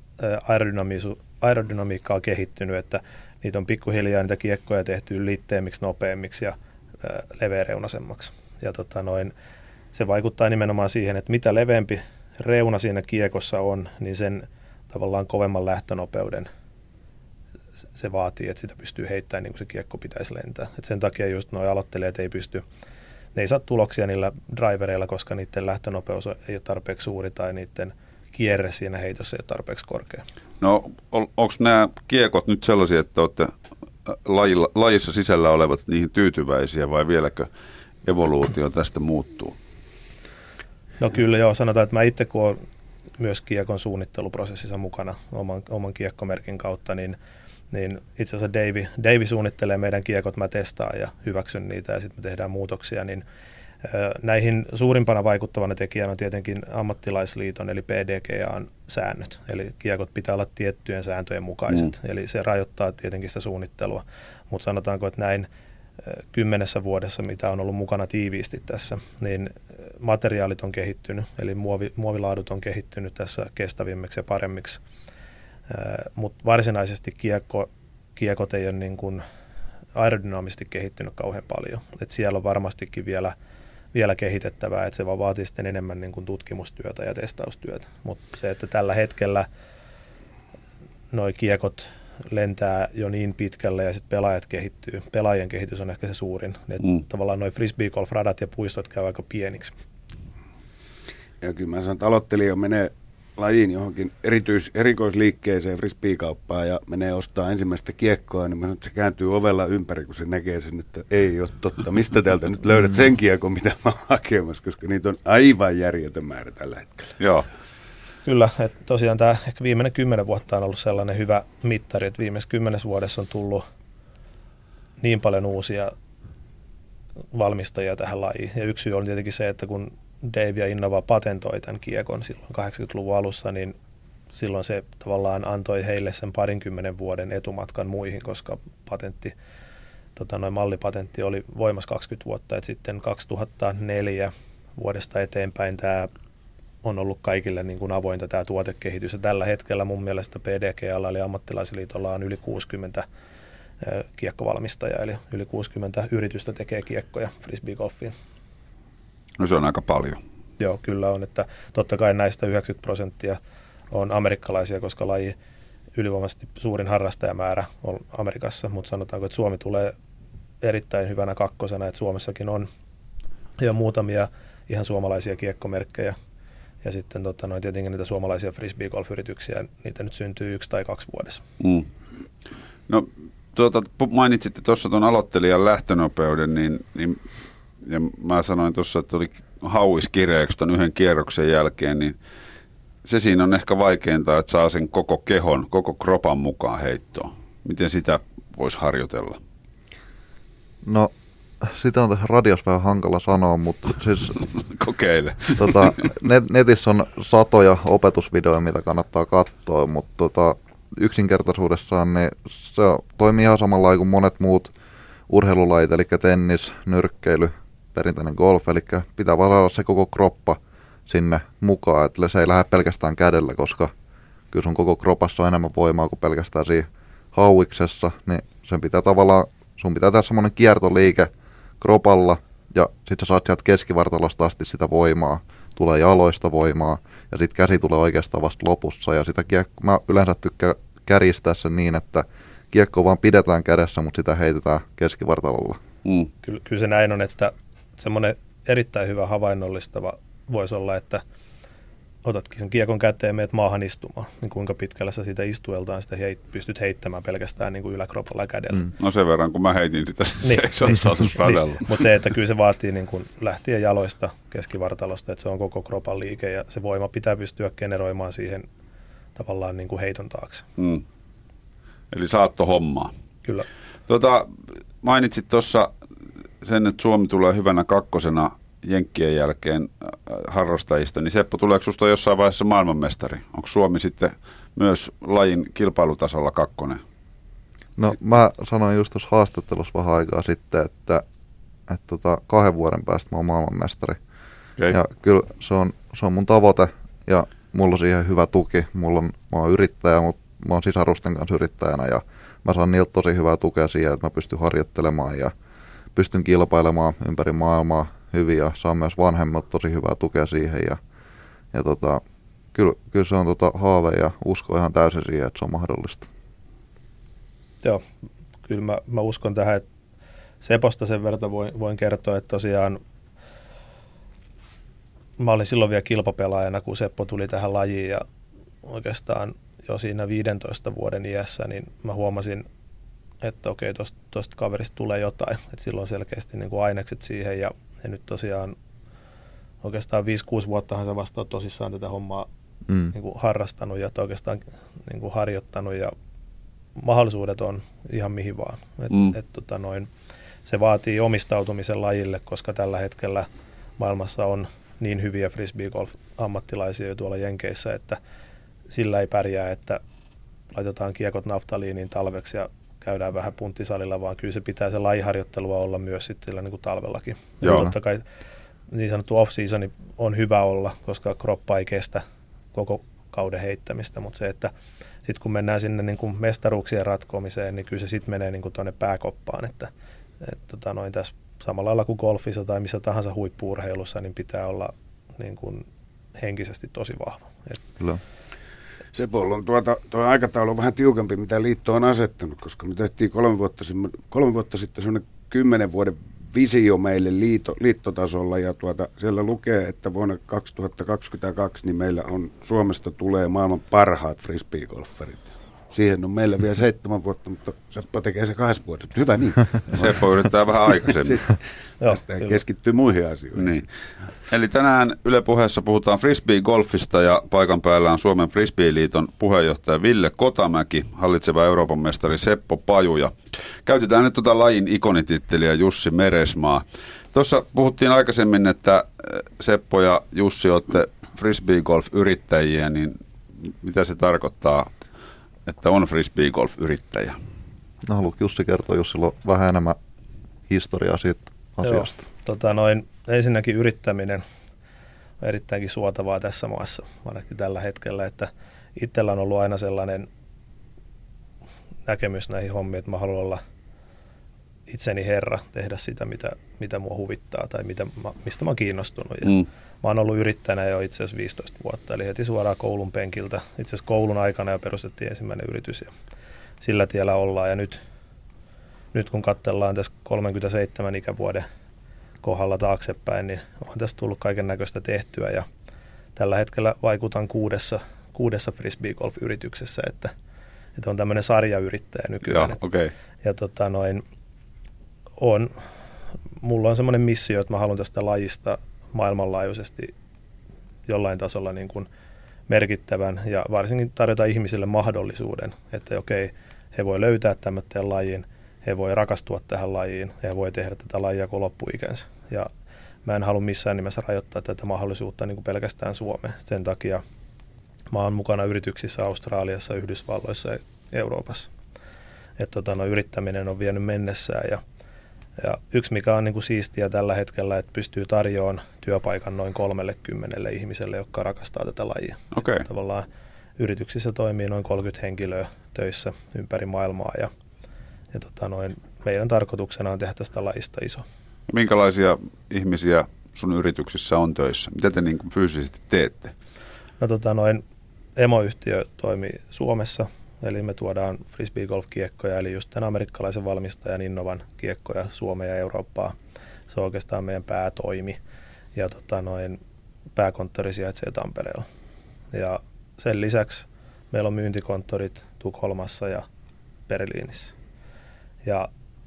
Speaker 5: aerodynamiikka on kehittynyt, että niitä on pikkuhiljaa niitä kiekkoja tehty liitteemmiksi, nopeammiksi ja leveäreunaisemmaksi. Ja tota noin, se vaikuttaa nimenomaan siihen, että mitä leveämpi reuna siinä kiekossa on, niin sen tavallaan kovemman lähtönopeuden se vaatii, että sitä pystyy heittämään niin kuin se kiekko pitäisi lentää. Et sen takia just nuo aloittelijat ei pysty, ne ei saa tuloksia niillä drivereilla, koska niiden lähtönopeus ei ole tarpeeksi suuri tai niiden kierre siinä heitossa ei ole tarpeeksi korkea.
Speaker 3: No on, onko nämä kiekot nyt sellaisia, että olette lajilla, lajissa sisällä olevat niihin tyytyväisiä vai vieläkö evoluutio tästä muuttuu?
Speaker 5: No kyllä joo, sanotaan, että mä itse kun olen myös kiekon suunnitteluprosessissa mukana oman, oman kiekkomerkin kautta, niin, niin itse asiassa Davey, Davey suunnittelee meidän kiekot, mä testaan ja hyväksyn niitä ja sitten me tehdään muutoksia, niin ö, näihin suurimpana vaikuttavana tekijänä on tietenkin ammattilaisliiton eli P D G A:n säännöt, eli kiekot pitää olla tiettyjen sääntöjen mukaiset, mm. eli se rajoittaa tietenkin sitä suunnittelua, mutta sanotaanko, että näin kymmenessä vuodessa, mitä on ollut mukana tiiviisti tässä, niin materiaalit on kehittynyt, eli muovi, muovilaadut on kehittynyt tässä kestävimmiksi ja paremmiksi, mutta varsinaisesti kiekko, kiekot ei ole niin kuin aerodynaamisesti kehittynyt kauhean paljon. Et siellä on varmastikin vielä, vielä kehitettävää, että se vaan vaatii sitten enemmän niin kuin tutkimustyötä ja testaustyötä, mutta se, että tällä hetkellä nuo kiekot lentää jo niin pitkälle ja sitten pelaajat kehittyy. Pelaajien kehitys on ehkä se suurin. Mm. Tavallaan nuo frisbee-golf-radat ja puistot käy aika pieniksi.
Speaker 4: Ja kyllä mä sanon, että aloittelija menee lajiin johonkin erityis, erikoisliikkeeseen frisbee-kauppaan ja menee ostaa ensimmäistä kiekkoa, niin mä sanon, että se kääntyy ovella ympäri, kun se näkee sen, että ei ole totta. Mistä täältä nyt löydät sen kiekon, mitä mä oon hakemassa, koska niitä on aivan järjetön määrä tällä hetkellä.
Speaker 3: Joo.
Speaker 5: Kyllä, että tosiaan tämä ehkä viimeinen kymmenen vuotta on ollut sellainen hyvä mittari, että viimeisessä kymmenessä vuodessa on tullut niin paljon uusia valmistajia tähän lajiin. Ja yksi syy on tietenkin se, että kun Dave ja Innova patentoi tämän kiekon silloin kahdeksankymmentäluvun alussa, niin silloin se tavallaan antoi heille sen parinkymmenen vuoden etumatkan muihin, koska patentti, tota, noin mallipatentti oli voimassa kaksikymmentä vuotta, että sitten kaksituhattaneljä vuodesta eteenpäin tämä on ollut kaikille niin kuin avointa tämä tuotekehitys. Ja tällä hetkellä mun mielestä P D G A:lla eli ammattilaisliitolla on yli kuusikymmentä kiekkovalmistajaa, eli yli kuusikymmentä yritystä tekee kiekkoja frisbee-golfiin.
Speaker 3: No se on aika paljon.
Speaker 5: Joo, kyllä on, että totta kai näistä yhdeksänkymmentä prosenttia on amerikkalaisia, koska laji ylivoimaisesti suurin harrastajamäärä on Amerikassa, mutta sanotaanko, että Suomi tulee erittäin hyvänä kakkosena, että Suomessakin on jo muutamia ihan suomalaisia kiekkomerkkejä. Ja sitten tota, noin tietenkin niitä suomalaisia frisbee-golf-yrityksiä, niitä nyt syntyy yksi tai kaksi vuodessa.
Speaker 3: Mm. No tuota, mainitsitte tuossa tuon aloittelijan lähtönopeuden, niin, niin, ja mä sanoin tuossa, että oli hauis kireeksi tuon yhden kierroksen jälkeen, niin se siinä on ehkä vaikeinta, että saa sen koko kehon, koko kropan mukaan heittoon. Miten sitä voisi harjoitella?
Speaker 6: No, sitä on tässä radiossa vähän hankala sanoa, mutta siis
Speaker 3: kokeile.
Speaker 6: Tota, net, netissä on satoja opetusvideoja, mitä kannattaa katsoa, mutta tota, yksinkertaisuudessaan niin se toimii ihan samalla kuin monet muut urheilulajit, eli tennis, nyrkkeily, perinteinen golf, eli pitää vaan saada se koko kroppa sinne mukaan, että se ei lähde pelkästään kädellä, koska kyllä sun koko kropassa on enemmän voimaa kuin pelkästään siinä hauiksessa, niin sen pitää tavallaan, sun pitää tehdä semmoinen kiertoliike kropalla, ja sit sä saat sieltä keskivartalosta asti sitä voimaa, tulee jaloista voimaa, ja sit käsi tulee oikeastaan vasta lopussa, ja sitä kiekko, mä yleensä tykkään kärjistää sen niin, että kiekko vaan pidetään kädessä, mutta sitä heitetään keskivartalolla.
Speaker 5: Mm. Kyllä, kyllä se näin on, että semmoinen erittäin hyvä havainnollistava voisi olla, että otatkin sen kiekon käteen ja meet maahan istumaan, niin kuinka pitkällä sä siitä istueltaan sitä heit, pystyt heittämään pelkästään niin kuin yläkropalla ja kädellä. Mm.
Speaker 3: No sen verran, kun mä heitin sitä niin, seisontausradalla.
Speaker 5: Niin, mutta se, että kyllä se vaatii niin kuin lähtien jaloista keskivartalosta, että se on koko kropan liike ja se voima pitää pystyä generoimaan siihen tavallaan niin kuin heiton taakse.
Speaker 3: Mm. Eli saatto hommaa.
Speaker 5: Kyllä.
Speaker 3: Tota, mainitsit tuossa sen, että Suomi tulee hyvänä kakkosena Jenkkien jälkeen harrastajista, niin Seppo, tuleeko sinusta jossain vaiheessa maailmanmestari? Onko Suomi sitten myös lajin kilpailutasolla kakkonen?
Speaker 6: No mä sanoin just tuossa haastattelussa vähän aikaa sitten, että, että tota, kahden vuoden päästä mä oon maailmanmestari. Okay. Ja kyllä se on, se on mun tavoite ja mulla on siihen hyvä tuki. Mulla on, mä oon yrittäjä, mutta mä oon sisarusten kanssa yrittäjänä ja mä saan niiltä tosi hyvää tukea siihen, että mä pystyn harjoittelemaan ja pystyn kilpailemaan ympäri maailmaa hyvin ja saan myös vanhemmat tosi hyvää tukea siihen ja, ja tota, kyllä, kyllä se on tota haave ja usko ihan täysin siihen, että se on mahdollista.
Speaker 5: Joo, kyllä mä, mä uskon tähän, että Seposta sen verran voin, voin kertoa, että tosiaan mä olin silloin vielä kilpapelaajana, kun Seppo tuli tähän lajiin ja oikeastaan jo siinä viidentoista vuoden iässä, niin mä huomasin, että okei, tosta, tosta kaverista tulee jotain, että silloin selkeästi niin kuin ainekset siihen ja, ja nyt tosiaan oikeastaan viisi kuusi vuottahan se vasta on tosissaan tätä hommaa mm. niin kuin harrastanut ja oikeastaan niin kuin harjoittanut ja mahdollisuudet on ihan mihin vaan. Et, mm. et, tota noin, se vaatii omistautumisen lajille, koska tällä hetkellä maailmassa on niin hyviä frisbee-golf-ammattilaisia jo tuolla Jenkeissä, että sillä ei pärjää, että laitetaan kiekot naftaliiniin talveksi ja käydään vähän punttisalilla, vaan kyllä se pitää se lajiharjoittelua olla myös sitten niin kuin talvellakin. Ja totta kai niin sanottu off-season on hyvä olla, koska kroppa ei kestä koko kauden heittämistä, mutta se, että sitten kun mennään sinne niin kuin mestaruuksien ratkomiseen, niin kyllä se sitten menee niin kuin tuonne pääkoppaan, että et, tota noin tässä samalla lailla kuin golfissa tai missä tahansa huippu-urheilussa, niin pitää olla niin kuin henkisesti tosi vahva. Et,
Speaker 6: Kyllä.
Speaker 4: Sepolla on tuota, tuo aikataulu vähän tiukempi, mitä liitto on asettanut, koska me tehtiin kolme vuotta, kolme vuotta sitten semmoinen kymmenen vuoden visio meille liito, liittotasolla, ja tuota, siellä lukee, että vuonna kaksituhattakaksikymmentäkaksi niin meillä on, Suomesta tulee maailman parhaat frisbee-golfarit. Siihen on meillä vielä seitsemän vuotta, mutta Seppo tekee se kahdessa vuodessa. Hyvä niin.
Speaker 3: Seppo yrittää vähän aikaisemmin.
Speaker 4: Tästä keskittyy muihin asioihin.
Speaker 3: Niin. Eli tänään Yle Puheessa puhutaan frisbee-golfista ja paikan päällä on Suomen Frisbee-liiton puheenjohtaja Ville Kotamäki, hallitseva Euroopan mestari Seppo Paju. Ja käytetään nyt tuota lajin ikonititteliä Jussi Meresmaa. Tuossa puhuttiin aikaisemmin, että Seppo ja Jussi olette frisbee-golf-yrittäjiä, niin mitä se tarkoittaa, että on frisbee-golf-yrittäjä?
Speaker 6: No haluatko Jussi kertoa, jos sillä on vähän enemmän historiaa siitä asiasta?
Speaker 5: Joo, tota noin, ensinnäkin yrittäminen on erittäinkin suotavaa tässä maassa, ainakin tällä hetkellä, että itsellä on ollut aina sellainen näkemys näihin hommiin, että mä haluan olla itseni herra, tehdä sitä, mitä, mitä mua huvittaa tai mitä mä, mistä mä oon kiinnostunut. Ja mm. Mä oon ollut yrittäjänä jo itse asiassa viisitoista vuotta, eli heti suoraan koulun penkiltä. Itse asiassa koulun aikana jo perustettiin ensimmäinen yritys ja sillä tiellä ollaan. Ja nyt, nyt kun katsellaan tässä kolmekymmentäseitsemän ikävuoden kohdalla taaksepäin, niin on tässä tullut kaiken näköistä tehtyä ja tällä hetkellä vaikutan kuudessa, kuudessa frisbeegolf-yrityksessä, että, että on tämmöinen sarjayrittäjä nykyään.
Speaker 3: Joo, okay.
Speaker 5: Ja tota noin, on, mulla on semmoinen missio, että mä haluan tästä lajista maailmanlaajuisesti jollain tasolla niin kuin merkittävän ja varsinkin tarjota ihmisille mahdollisuuden, että okei, he voi löytää tämmöisen lajin, he voi rakastua tähän lajiin ja he voi tehdä tätä lajia koko loppuikänsä. Ja mä en halua missään nimessä rajoittaa tätä mahdollisuutta niin kuin pelkästään Suomeen. Sen takia mä oon mukana yrityksissä Australiassa, Yhdysvalloissa ja Euroopassa. Että tota, no, yrittäminen on vienyt mennessään ja Ja yksi, mikä on niin kuin siistiä tällä hetkellä, että pystyy tarjoamaan työpaikan noin kolmellekymmenelle ihmiselle, jotka rakastaa tätä lajia.
Speaker 3: Okay.
Speaker 5: Tavallaan yrityksissä toimii noin kolmekymmentä henkilöä töissä ympäri maailmaa ja, ja tota noin, meidän tarkoituksena on tehdä tästä lajista iso.
Speaker 3: Minkälaisia ihmisiä sun yrityksissä on töissä? Mitä te niin kuin fyysisesti teette?
Speaker 5: No tota noin, emoyhtiö toimii Suomessa. Eli me tuodaan frisbeegolf-kiekkoja, eli just tämän amerikkalaisen valmistajan Innovan kiekkoja Suomeen ja Eurooppaan. Se on oikeastaan meidän päätoimi. Ja tota noin, pääkonttori sijaitsee Tampereella. Ja sen lisäksi meillä on myyntikonttorit Tukholmassa ja Berliinissä. Ja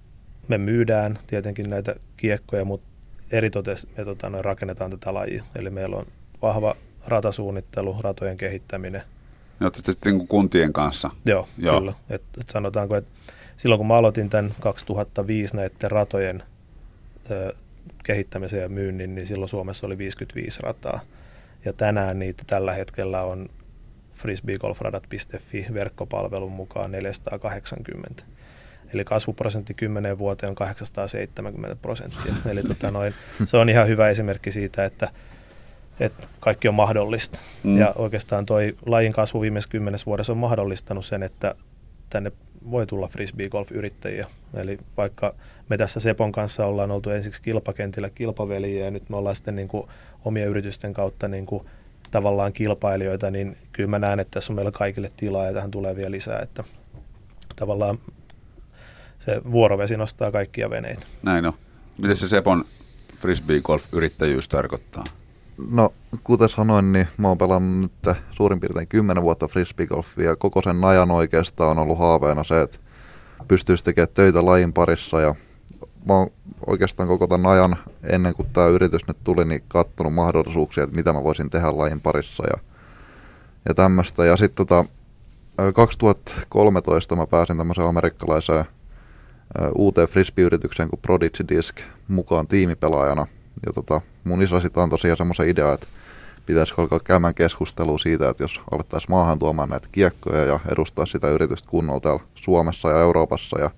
Speaker 5: me myydään tietenkin näitä kiekkoja, mutta eritoten me tota noin, rakennetaan tätä lajia. Eli meillä on vahva ratasuunnittelu, ratojen kehittäminen.
Speaker 3: Ne olette sitten kuntien kanssa?
Speaker 5: Joo, Joo. kyllä. Et, et sanotaanko, että silloin kun mä aloitin tämän kaksituhattaviisi näiden ratojen ö, kehittämisen ja myynnin, niin silloin Suomessa oli viisikymmentäviisi rataa. Ja tänään niitä tällä hetkellä on frisbeegolfradat piste fi verkkopalvelun mukaan neljäsataakahdeksankymmentä. Eli kasvuprosentti kymmeneen vuoteen on kahdeksansataaseitsemänkymmentä prosenttia. Eli tota noin, se on ihan hyvä esimerkki siitä, että että kaikki on mahdollista. Mm. Ja oikeastaan toi lajin kasvu viimeisessä kymmenessä vuodessa on mahdollistanut sen, että tänne voi tulla frisbeegolf-yrittäjiä. Eli vaikka me tässä Sepon kanssa ollaan oltu ensiksi kilpakentillä kilpaveliä ja nyt me ollaan sitten niin kuin omien yritysten kautta niin kuin tavallaan kilpailijoita, niin kyllä mä näen, että tässä on meillä kaikille tilaa ja tähän tulee vielä lisää. Että tavallaan se vuorovesi nostaa kaikkia veneitä.
Speaker 3: Näin on. Miten se Sepon frisbeegolf-yrittäjyys tarkoittaa?
Speaker 6: No, kuten sanoin, niin mä oon pelannut nyt suurin piirtein kymmenen vuotta frisbeegolfia ja koko sen ajan oikeastaan on ollut haaveena se, että pystyisi tekemään töitä lajin parissa ja mä oon oikeastaan koko tämän ajan ennen kuin tämä yritys nyt tuli, niin katsonut mahdollisuuksia, että mitä mä voisin tehdä lajin parissa ja, ja tämmöistä. Ja sitten tota, kaksituhattakolmetoista mä pääsin tämmöiseen amerikkalaiseen uuteen frisbee-yritykseen kuin Prodigy Disc mukaan tiimipelaajana. Ja tota, mun iso sitten on tosiaan semmoisen idea, että pitäisikö alkaa käymään keskustelua siitä, että jos alettaisiin maahan tuomaan näitä kiekkoja ja edustaa sitä yritystä kunnolla täällä Suomessa ja Euroopassa. Ja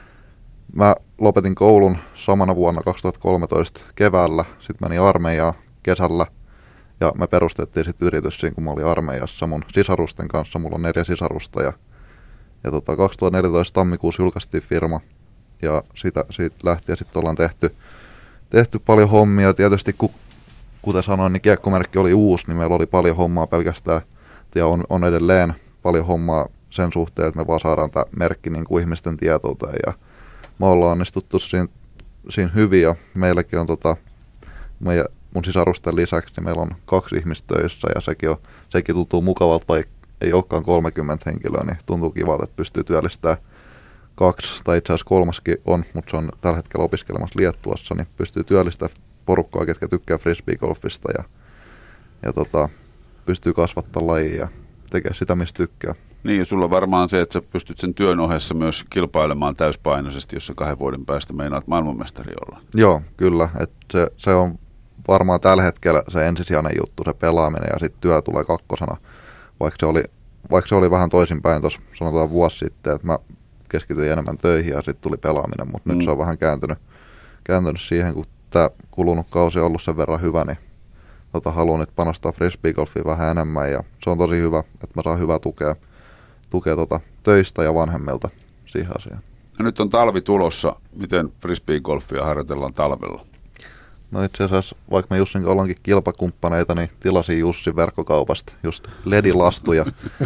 Speaker 6: mä lopetin koulun samana vuonna kaksituhattakolmetoista keväällä, sitten menin armeijaan kesällä ja me perustettiin sitten yritys siinä, kun mä olin armeijassa mun sisarusten kanssa. Mulla on neljä sisarusta ja, ja tota, kaksituhattaneljätoista tammikuussa julkaistiin firma ja siitä, siitä lähtien sitten ollaan tehty Tehty paljon hommia. Tietysti, kuten sanoin, niin kiekkomerkki oli uusi, niin meillä oli paljon hommaa pelkästään. Ja on, on edelleen paljon hommaa sen suhteen, että me vaan saadaan tämä merkki niin kuin ihmisten tietouteen. Ja me ollaan onnistuttu siinä, siinä hyvin. Ja meilläkin on tota, meidän, mun sisarusten lisäksi, niin meillä on kaksi ihmistä töissä. Ja sekin, on, sekin tuntuu mukavalta, vaikka ei olekaan kolmekymmentä henkilöä, niin tuntuu kivalta, että pystyy työllistämään kaksi, tai itse asiassa kolmaskin on, mutta se on tällä hetkellä opiskelemassa Liettuassa, niin pystyy työllistämään porukkaa, ketkä tykkää frisbeegolfista ja, ja tota, pystyy kasvattaa lajia ja tekee sitä, mistä tykkää.
Speaker 3: Niin, ja sulla varmaan se, että sä pystyt sen työn ohessa myös kilpailemaan täyspainoisesti, jos sä kahden vuoden päästä meinaat maailmanmestari olla.
Speaker 6: Joo, kyllä. Et se, se on varmaan tällä hetkellä se ensisijainen juttu, se pelaaminen, ja sitten työ tulee kakkosena, vaikka se oli, vaikka se oli vähän toisinpäin tuossa sanotaan vuosi sitten, että mä keskityin enemmän töihin ja sitten tuli pelaaminen, mutta mm. nyt se on vähän kääntynyt, kääntynyt siihen, kun tämä kulunut kausi on ollut sen verran hyvä, niin tota, haluan nyt panostaa frisbeegolfiin vähän enemmän ja se on tosi hyvä, että mä saan hyvää tukea, tukea tota, töistä ja vanhemmilta siihen asiaan.
Speaker 3: Ja nyt on talvi tulossa. Miten frisbeegolfia harjoitellaan talvella?
Speaker 6: No itse asiassa, vaikka me Jussin ollaankin kilpakumppaneita, niin tilasin Jussin verkkokaupasta just L E D-lastuja.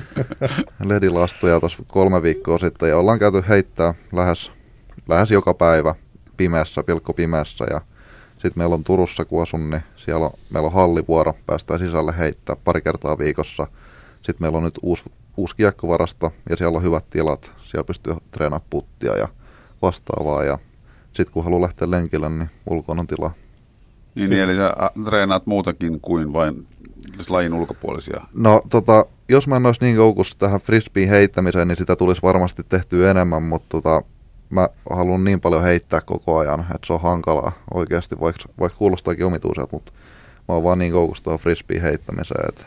Speaker 6: L E D-lastuja tuossa kolme viikkoa sitten ja ollaan käyty heittää lähes, lähes joka päivä pimeässä, pilkko pimeässä ja sitten meillä on Turussa, kun asun, niin siellä on, meillä on hallivuoro, päästään sisälle heittää pari kertaa viikossa. Sitten meillä on nyt uusi, uusi kiekkovarasto ja siellä on hyvät tilat, siellä pystyy treenaamaan puttia ja vastaavaa ja sitten kun haluaa lähteä lenkille, niin ulkona on tilaa.
Speaker 3: Niin, niin, eli sä treenaat muutakin kuin vain lajin ulkopuolisia?
Speaker 6: No tota, jos mä en olisi niin koukussa tähän frisbeen heittämiseen, niin sitä tulisi varmasti tehtyä enemmän, mutta tota, mä haluan niin paljon heittää koko ajan, että se on hankalaa oikeasti, vaikka, vaikka kuulostaakin omituiselta, mutta mä oon vaan niin koukussa tuohon frisbeen heittämiseen, että,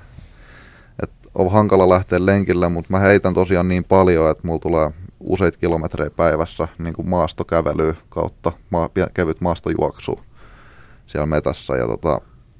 Speaker 6: että on hankala lähteä lenkille, mutta mä heitän tosiaan niin paljon, että mulla tulee useita kilometrejä päivässä niin kuin maastokävelyä kautta maa, kevyt maastojuoksua siellä metässä ja tota,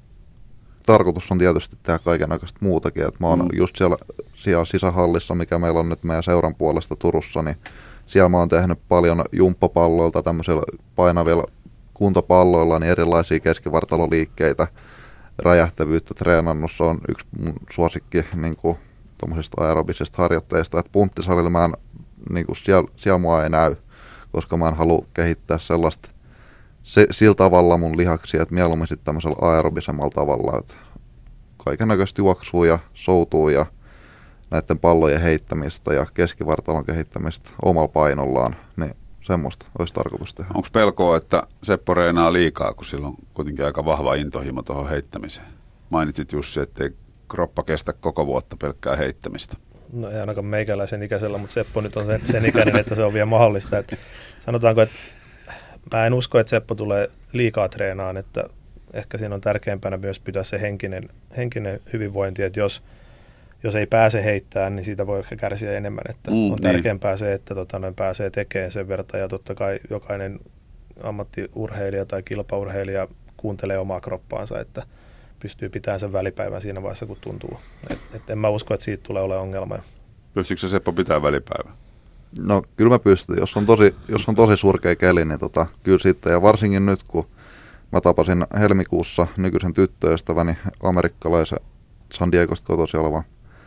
Speaker 6: tarkoitus on tietysti tehdä kaikennäköistä muutakin, että mä oon mm. just siellä, siellä sisähallissa, mikä meillä on nyt meidän seuran puolesta Turussa, niin siellä mä oon tehnyt paljon jumppapalloilta, tämmöisillä painavilla kuntopalloilla, niin erilaisia keskivartaloliikkeitä, räjähtävyyttä treenannut, se on yksi mun suosikki niin kuin tuommoisista aerobisista harjoitteista, että punttisalilla mä en, niin kuin siellä, siellä mua ei näy, koska mä en halua kehittää sellaista se, sillä tavalla mun lihaksia, että mieluummin sitten tämmöisellä aerobisemmalla tavalla, että kaikennäköistä juoksua ja soutuu ja näiden pallojen heittämistä ja keskivartalon kehittämistä omalla painollaan, niin semmoista olisi tarkoitus tehdä.
Speaker 3: Onko pelkoa, että Seppo reenaa liikaa, kun sillä on kuitenkin aika vahva intohimo tuohon heittämiseen? Mainitsit Jussi, ettei kroppa kestä koko vuotta pelkkää heittämistä.
Speaker 5: No ei ainakaan meikäläisen ikäisellä, mutta Seppo nyt on sen, sen ikäinen, että se on vielä mahdollista. Että sanotaanko, että mä en usko, että Seppo tulee liikaa treenaan, että ehkä siinä on tärkeämpänä myös pitää se henkinen, henkinen hyvinvointi, että jos, jos ei pääse heittämään, niin siitä voi ehkä kärsiä enemmän. Että mm, on tärkeämpää niin. se, että tota, noin pääsee tekemään sen verran ja totta kai jokainen ammattiurheilija tai kilpaurheilija kuuntelee omaa kroppaansa, että pystyy pitämään sen välipäivän siinä vaiheessa, kun tuntuu. Et, et en mä usko, että siitä tulee olemaan ongelma.
Speaker 3: Pystyykö se Seppo pitää välipäivän?
Speaker 6: No kyllä mä pystyn. Jos on tosi, jos on tosi surkea keli, niin tota, kyllä sitten. Ja varsinkin nyt, kun mä tapasin helmikuussa nykyisen tyttöystäväni, amerikkalaisen San Diegosta kotoisin oleva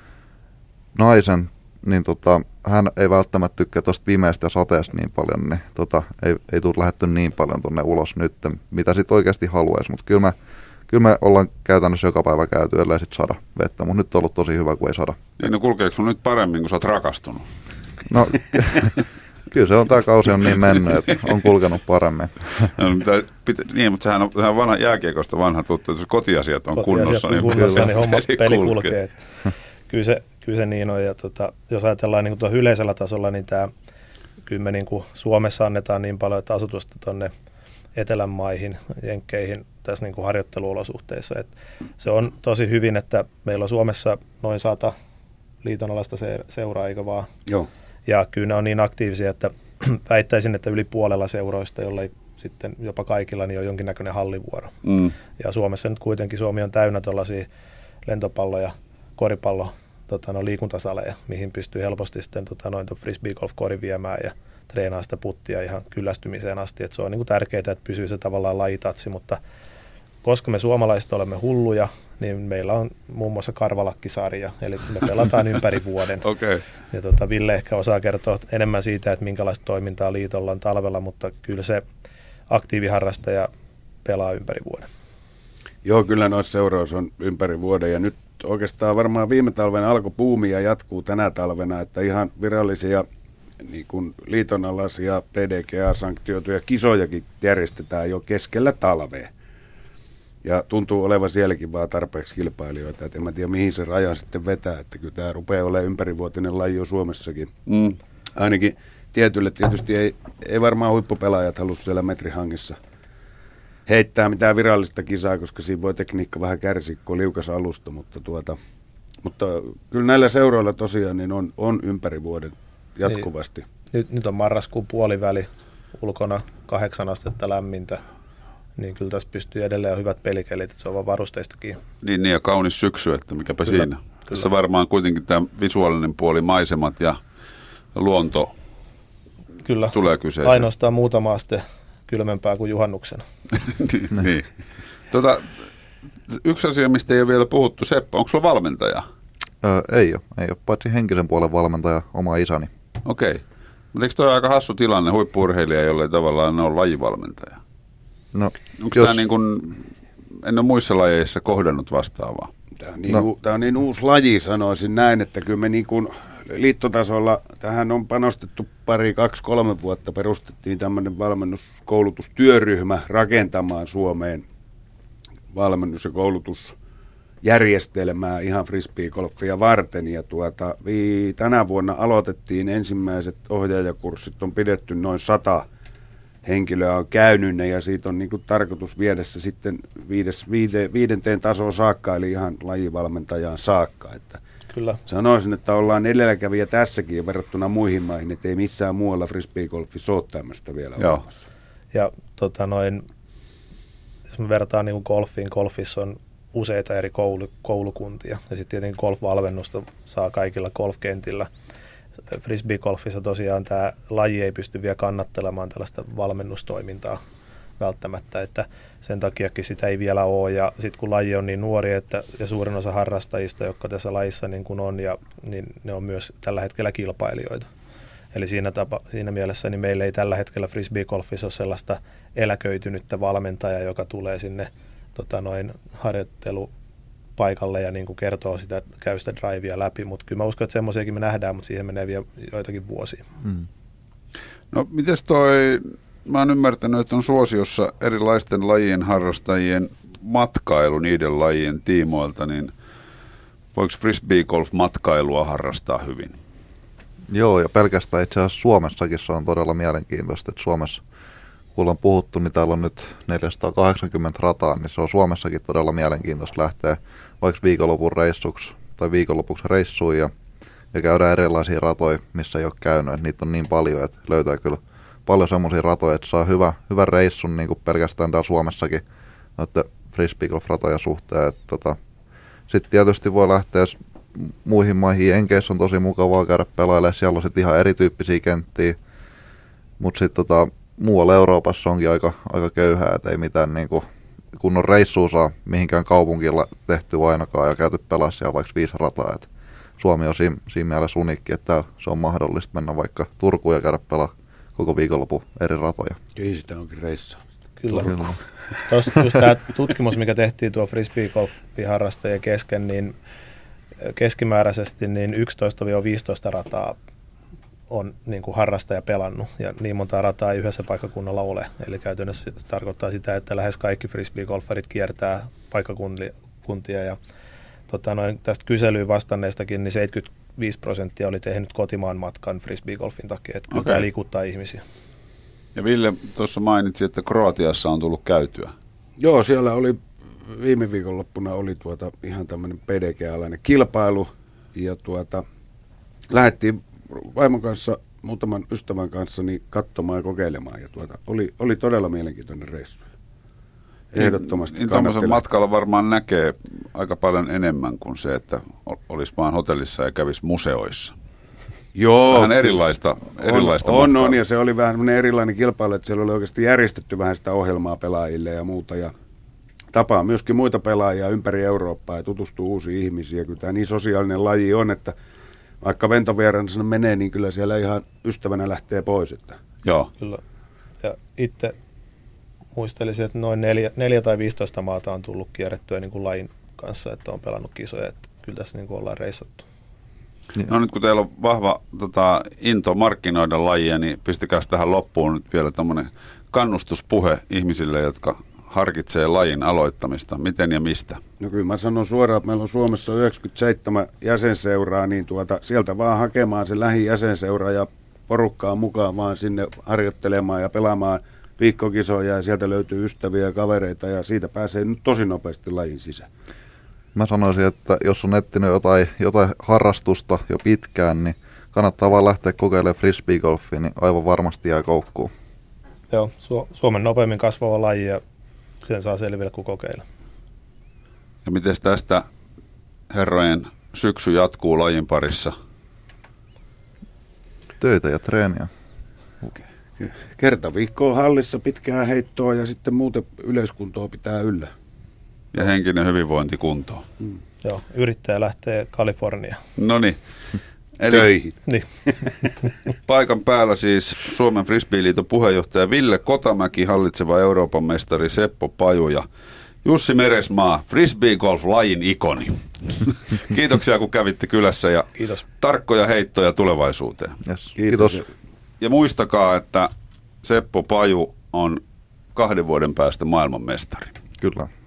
Speaker 6: naisen, niin tota, hän ei välttämättä tykkää tuosta pimeästä ja sateesta niin paljon, niin tota, ei, ei tule lähdetty niin paljon tuonne ulos nyt, mitä sitten oikeasti haluaisi. Mutta kyllä me, kyllä me ollaan käytännössä joka päivä käyty, ellei sitten sada vettä, mutta nyt on ollut tosi hyvä, kun ei sada.
Speaker 3: Niin, no kulkeeko sun nyt paremmin, kun sä oot rakastunut?
Speaker 6: No kyllä se on, tämä kausi on niin mennyt, että on kulkenut paremmin.
Speaker 3: No, mitä, pitä, niin, mutta sehän on, sehän on vanha, jääkiekosta vanha tuttu, että jos kotiasiat on
Speaker 5: kotiasiat
Speaker 3: kunnossa,
Speaker 5: on
Speaker 3: niin,
Speaker 5: kunnossa, niin homma peli kulkee. Kyllä se, kyllä se niin on. Ja tota, jos ajatellaan niin kuin yleisellä tasolla, niin tämä kyllä me niin kuin Suomessa annetaan niin paljon että asutusta tuonne etelän maihin, jenkkeihin tässä niin kuin harjoitteluolosuhteissa. Et se on tosi hyvin, että meillä on Suomessa noin sata liitonalaista seuraa, eikö vaan?
Speaker 4: Joo.
Speaker 5: Ja kyllä ne on niin aktiivisia, että väittäisin, että yli puolella seuroista, jollei sitten jopa kaikilla, niin on jonkinnäköinen hallivuoro. Mm. Ja Suomessa nyt kuitenkin Suomi on täynnä tuollaisia lentopallo- ja koripallo tota, no, liikuntasaleja, mihin pystyy helposti sitten tota, noin frisbee golf korin viemään ja treenaa sitä puttia ihan kyllästymiseen asti. Et se on niin kuin tärkeää, että pysyy se tavallaan lajitatsi, mutta koska me suomalaiset olemme hulluja, niin meillä on muun muassa karvalakkisarja, eli me pelataan ympäri vuoden.
Speaker 3: Okay.
Speaker 5: Ja tota, Ville ehkä osaa kertoa enemmän siitä, että minkälaista toimintaa liitolla on talvella, mutta kyllä se aktiiviharrastaja pelaa ympäri vuoden.
Speaker 4: Joo, kyllä noissa seuraus on ympäri vuoden, ja nyt oikeastaan varmaan viime talven alkoi buumi ja jatkuu tänä talvena, että ihan virallisia niin kuin liitonalaisia P D G A-sanktioituja kisojakin järjestetään jo keskellä talvea. Ja tuntuu olevan sielläkin vaan tarpeeksi kilpailijoita, että en mä tiedä mihin se raja sitten vetää, että kyllä tämä rupeaa olemaan ympärivuotinen laji jo Suomessakin. Mm. Ainakin tietylle tietysti ei, ei varmaan huippupelaajat halua siellä metrihangissa heittää mitään virallista kisaa, koska siinä voi tekniikka vähän kärsiä, kun on liukas alusta, mutta, tuota, mutta kyllä näillä seuroilla tosiaan niin on, on ympäri vuoden jatkuvasti.
Speaker 5: Niin, nyt, nyt on marraskuun puoliväli, ulkona kahdeksan astetta lämmintä. Niin kyllä tässä pystyy edelleen hyvät pelikelit, että se on vaan varusteistakin.
Speaker 3: Niin, niin ja kaunis syksy, että mikäpä kyllä, siinä. Kyllä. Tässä varmaan kuitenkin tämä visuaalinen puoli, maisemat ja luonto
Speaker 5: kyllä.
Speaker 3: tulee kyseeseen.
Speaker 5: Ainoastaan muutama aste kylmempää kuin juhannuksena.
Speaker 3: niin, niin. Tota, yksi asia, mistä ei ole vielä puhuttu, Seppo, onko sulla valmentaja?
Speaker 6: Öö, ei ole, ei ole, paitsi henkisen puolen valmentaja, oma isäni.
Speaker 3: Okei. Okay. Mutta eikö toi aika hassu tilanne, huippu-urheilija, jolle tavallaan on lajivalmentaja?
Speaker 6: No,
Speaker 3: onko
Speaker 6: jos...
Speaker 3: tämä niin kuin, en ole muissa lajeissa kohdannut vastaavaa?
Speaker 4: Tämä on niin,
Speaker 6: no.
Speaker 4: u, tämä on niin uusi laji, sanoisin näin, että kyllä me niin kuin liittotasolla tähän on panostettu pari, kaksi, kolme vuotta. Perustettiin tämmöinen valmennuskoulutustyöryhmä rakentamaan Suomeen valmennus- ja koulutusjärjestelmää ihan frisbeegolfia varten. Ja tuota, vi, tänä vuonna aloitettiin ensimmäiset ohjaajakurssit, on pidetty noin sata henkilöä on käynyt ne, ja siitä on niin kuin tarkoitus viedä se sitten viides, viide, viidenteen tasoon saakka, eli ihan lajivalmentajaan saakka. Että
Speaker 5: Kyllä.
Speaker 4: sanoisin, että ollaan edelläkävijä tässäkin ja verrattuna muihin maihin, että ei missään muualla frisbeegolfissa ole tämmöistä vielä olemassa.
Speaker 5: Ja tota noin, jos me verrataan niin kuin golfiin, golfissa on useita eri koulu, koulukuntia, ja sitten tietenkin golf-valmennusta saa kaikilla golfkentillä. Frisbeegolfissa tosiaan tämä laji ei pysty vielä kannattelemaan tällaista valmennustoimintaa välttämättä, että sen takiakin sitä ei vielä ole, ja sitten kun laji on niin nuori, että, ja suurin osa harrastajista, jotka tässä lajissa niin kuin on, ja, niin ne on myös tällä hetkellä kilpailijoita. Eli siinä, tapa, siinä mielessä niin meillä ei tällä hetkellä frisbeegolfissa ole sellaista eläköitynyttä valmentajaa, joka tulee sinne tota noin harjoittelu paikalle ja niin kuin kertoo sitä, käy sitä drivea läpi, mutta kyllä mä uskon, että semmoisiakin me nähdään, mutta siihen menee vielä joitakin vuosia.
Speaker 6: Mm.
Speaker 3: No mites toi, mä oon ymmärtänyt, että on suosiossa erilaisten lajien harrastajien matkailu niiden lajien tiimoilta, niin voiko frisbeegolf-matkailua harrastaa hyvin?
Speaker 6: Joo, ja pelkästään itse asiassa Suomessakin se on todella mielenkiintoista, että Suomessa, kun on puhuttu, niin täällä on nyt neljäsataakahdeksankymmentä rataa, niin se on Suomessakin todella mielenkiintoista lähteä vaikka viikonlopun reissuksi tai viikonlopuksi reissuun ja, ja käydään erilaisia ratoja, missä ei ole käynyt. Et niitä on niin paljon, että löytää kyllä paljon semmoisia ratoja, että saa hyvä, hyvän reissun niin kuin pelkästään täällä Suomessakin noiden frisbeegolf-ratoja suhteen. Tota, sitten tietysti voi lähteä muihin maihin. Jenkeissä on tosi mukavaa käydä pelailemaan, siellä on sitten ihan erityyppisiä kenttiä, mutta sitten tota, muualla Euroopassa onkin aika, aika köyhää, että ei mitään niin kuin, kunnon reissua saa mihinkään kaupunkilla tehtyä ainakaan ja käyty pelaa siellä vaikka viisi rataa. Et Suomi on siinä, siinä mielessä uniikki, että se on mahdollista mennä vaikka Turkuun ja käydä pelaa koko viikonlopun eri ratoja.
Speaker 4: Ei sitä onkin reissaa.
Speaker 5: Kyllä. Kyllä. Tuossa just tämä tutkimus, mikä tehtiin tuo frisbeegolfin harrastajien kesken, niin keskimääräisesti niin yksitoista viisitoista rataa on niin kuin harrastaja pelannut, ja niin monta rataa ei yhdessä paikkakunnalla ole. Eli käytännössä se tarkoittaa sitä, että lähes kaikki frisbeegolfarit kiertää paikkakuntia, ja tota, noin, tästä kyselyyn vastanneistakin niin seitsemänkymmentäviisi prosenttia oli tehnyt kotimaan matkan frisbeegolfin takia, että okay. Tämä liikuttaa ihmisiä.
Speaker 3: Ja Ville tuossa mainitsi, että Kroatiassa on tullut käytyä.
Speaker 4: Joo, siellä oli viime viikonloppuna oli tuota ihan tämmöinen P D G-alainen kilpailu, ja tuota, lähdettiin vaimon kanssa, muutaman ystävän kanssa niin katsomaan ja kokeilemaan, ja tuota, oli, oli todella mielenkiintoinen reissu. Ehdottomasti
Speaker 3: niin, tuommoisen matkalla varmaan näkee aika paljon enemmän kuin se, että olisi vaan hotellissa ja kävisi museoissa.
Speaker 4: Joo.
Speaker 3: Vähän erilaista, erilaista
Speaker 4: on, on, on, ja se oli vähän erilainen kilpailu, että siellä oli oikeasti järjestetty vähän sitä ohjelmaa pelaajille ja muuta, ja tapaa myöskin muita pelaajia ympäri Eurooppaa ja tutustuu uusiin ihmisiin, ja kyllä tämä niin sosiaalinen laji on, että vaikka ventovieraan sinne menee, niin kyllä siellä ihan ystävänä lähtee pois. Että.
Speaker 3: Joo.
Speaker 5: Kyllä. Ja itse muistelisin, että noin neljä, neljä tai viisitoista maata on tullut kierrettyä niin kuin lajin kanssa, että on pelannut kisoja, että kyllä tässä niin kuin ollaan reissattu.
Speaker 3: No nyt kun teillä on vahva tota, into markkinoida lajia, niin pistäkää tähän loppuun nyt vielä tämmöinen kannustuspuhe ihmisille, jotka harkitsee lajin aloittamista. Miten ja mistä?
Speaker 4: No kyllä mä sanon suoraan, että meillä on Suomessa yhdeksänkymmentäseitsemän jäsenseuraa, niin tuota, sieltä vaan hakemaan se lähijäsenseura ja porukkaa mukaan vaan sinne harjoittelemaan ja pelaamaan viikkokisoja, ja sieltä löytyy ystäviä ja kavereita, ja siitä pääsee nyt tosi nopeasti lajin sisään.
Speaker 6: Mä sanoisin, että jos on etsinyt jotain, jotain harrastusta jo pitkään, niin kannattaa vaan lähteä kokeilemaan frisbeegolfia, niin aivan varmasti jää koukkuun.
Speaker 5: Joo, Su- Suomen nopeimmin kasvava laji, ja sen saa selville, kun kokeilla.
Speaker 3: Ja miten tästä herrojen syksy jatkuu lajin parissa?
Speaker 6: Töitä ja treeniä.
Speaker 3: Okay.
Speaker 4: Kerta viikkoa hallissa pitkää heittoa ja sitten muuten yleiskuntoa pitää yllä.
Speaker 3: Ja henkinen hyvinvointi kuntoon.
Speaker 4: Mm.
Speaker 5: Joo, yrittäjä lähtee Kaliforniaan.
Speaker 3: No niin. Eli
Speaker 4: Töihin.
Speaker 5: Niin.
Speaker 3: paikan päällä siis Suomen Frisbee-liiton puheenjohtaja Ville Kotamäki, hallitseva Euroopan mestari Seppo Paju ja Jussi Meresmaa, frisbee-golf-lajin ikoni. Kiitoksia, kun kävitte kylässä ja
Speaker 5: Kiitos.
Speaker 3: tarkkoja heittoja tulevaisuuteen.
Speaker 6: Yes.
Speaker 4: Kiitos.
Speaker 6: Kiitos.
Speaker 3: Ja muistakaa, että Seppo Paju on kahden vuoden päästä maailmanmestari.
Speaker 6: Kyllä.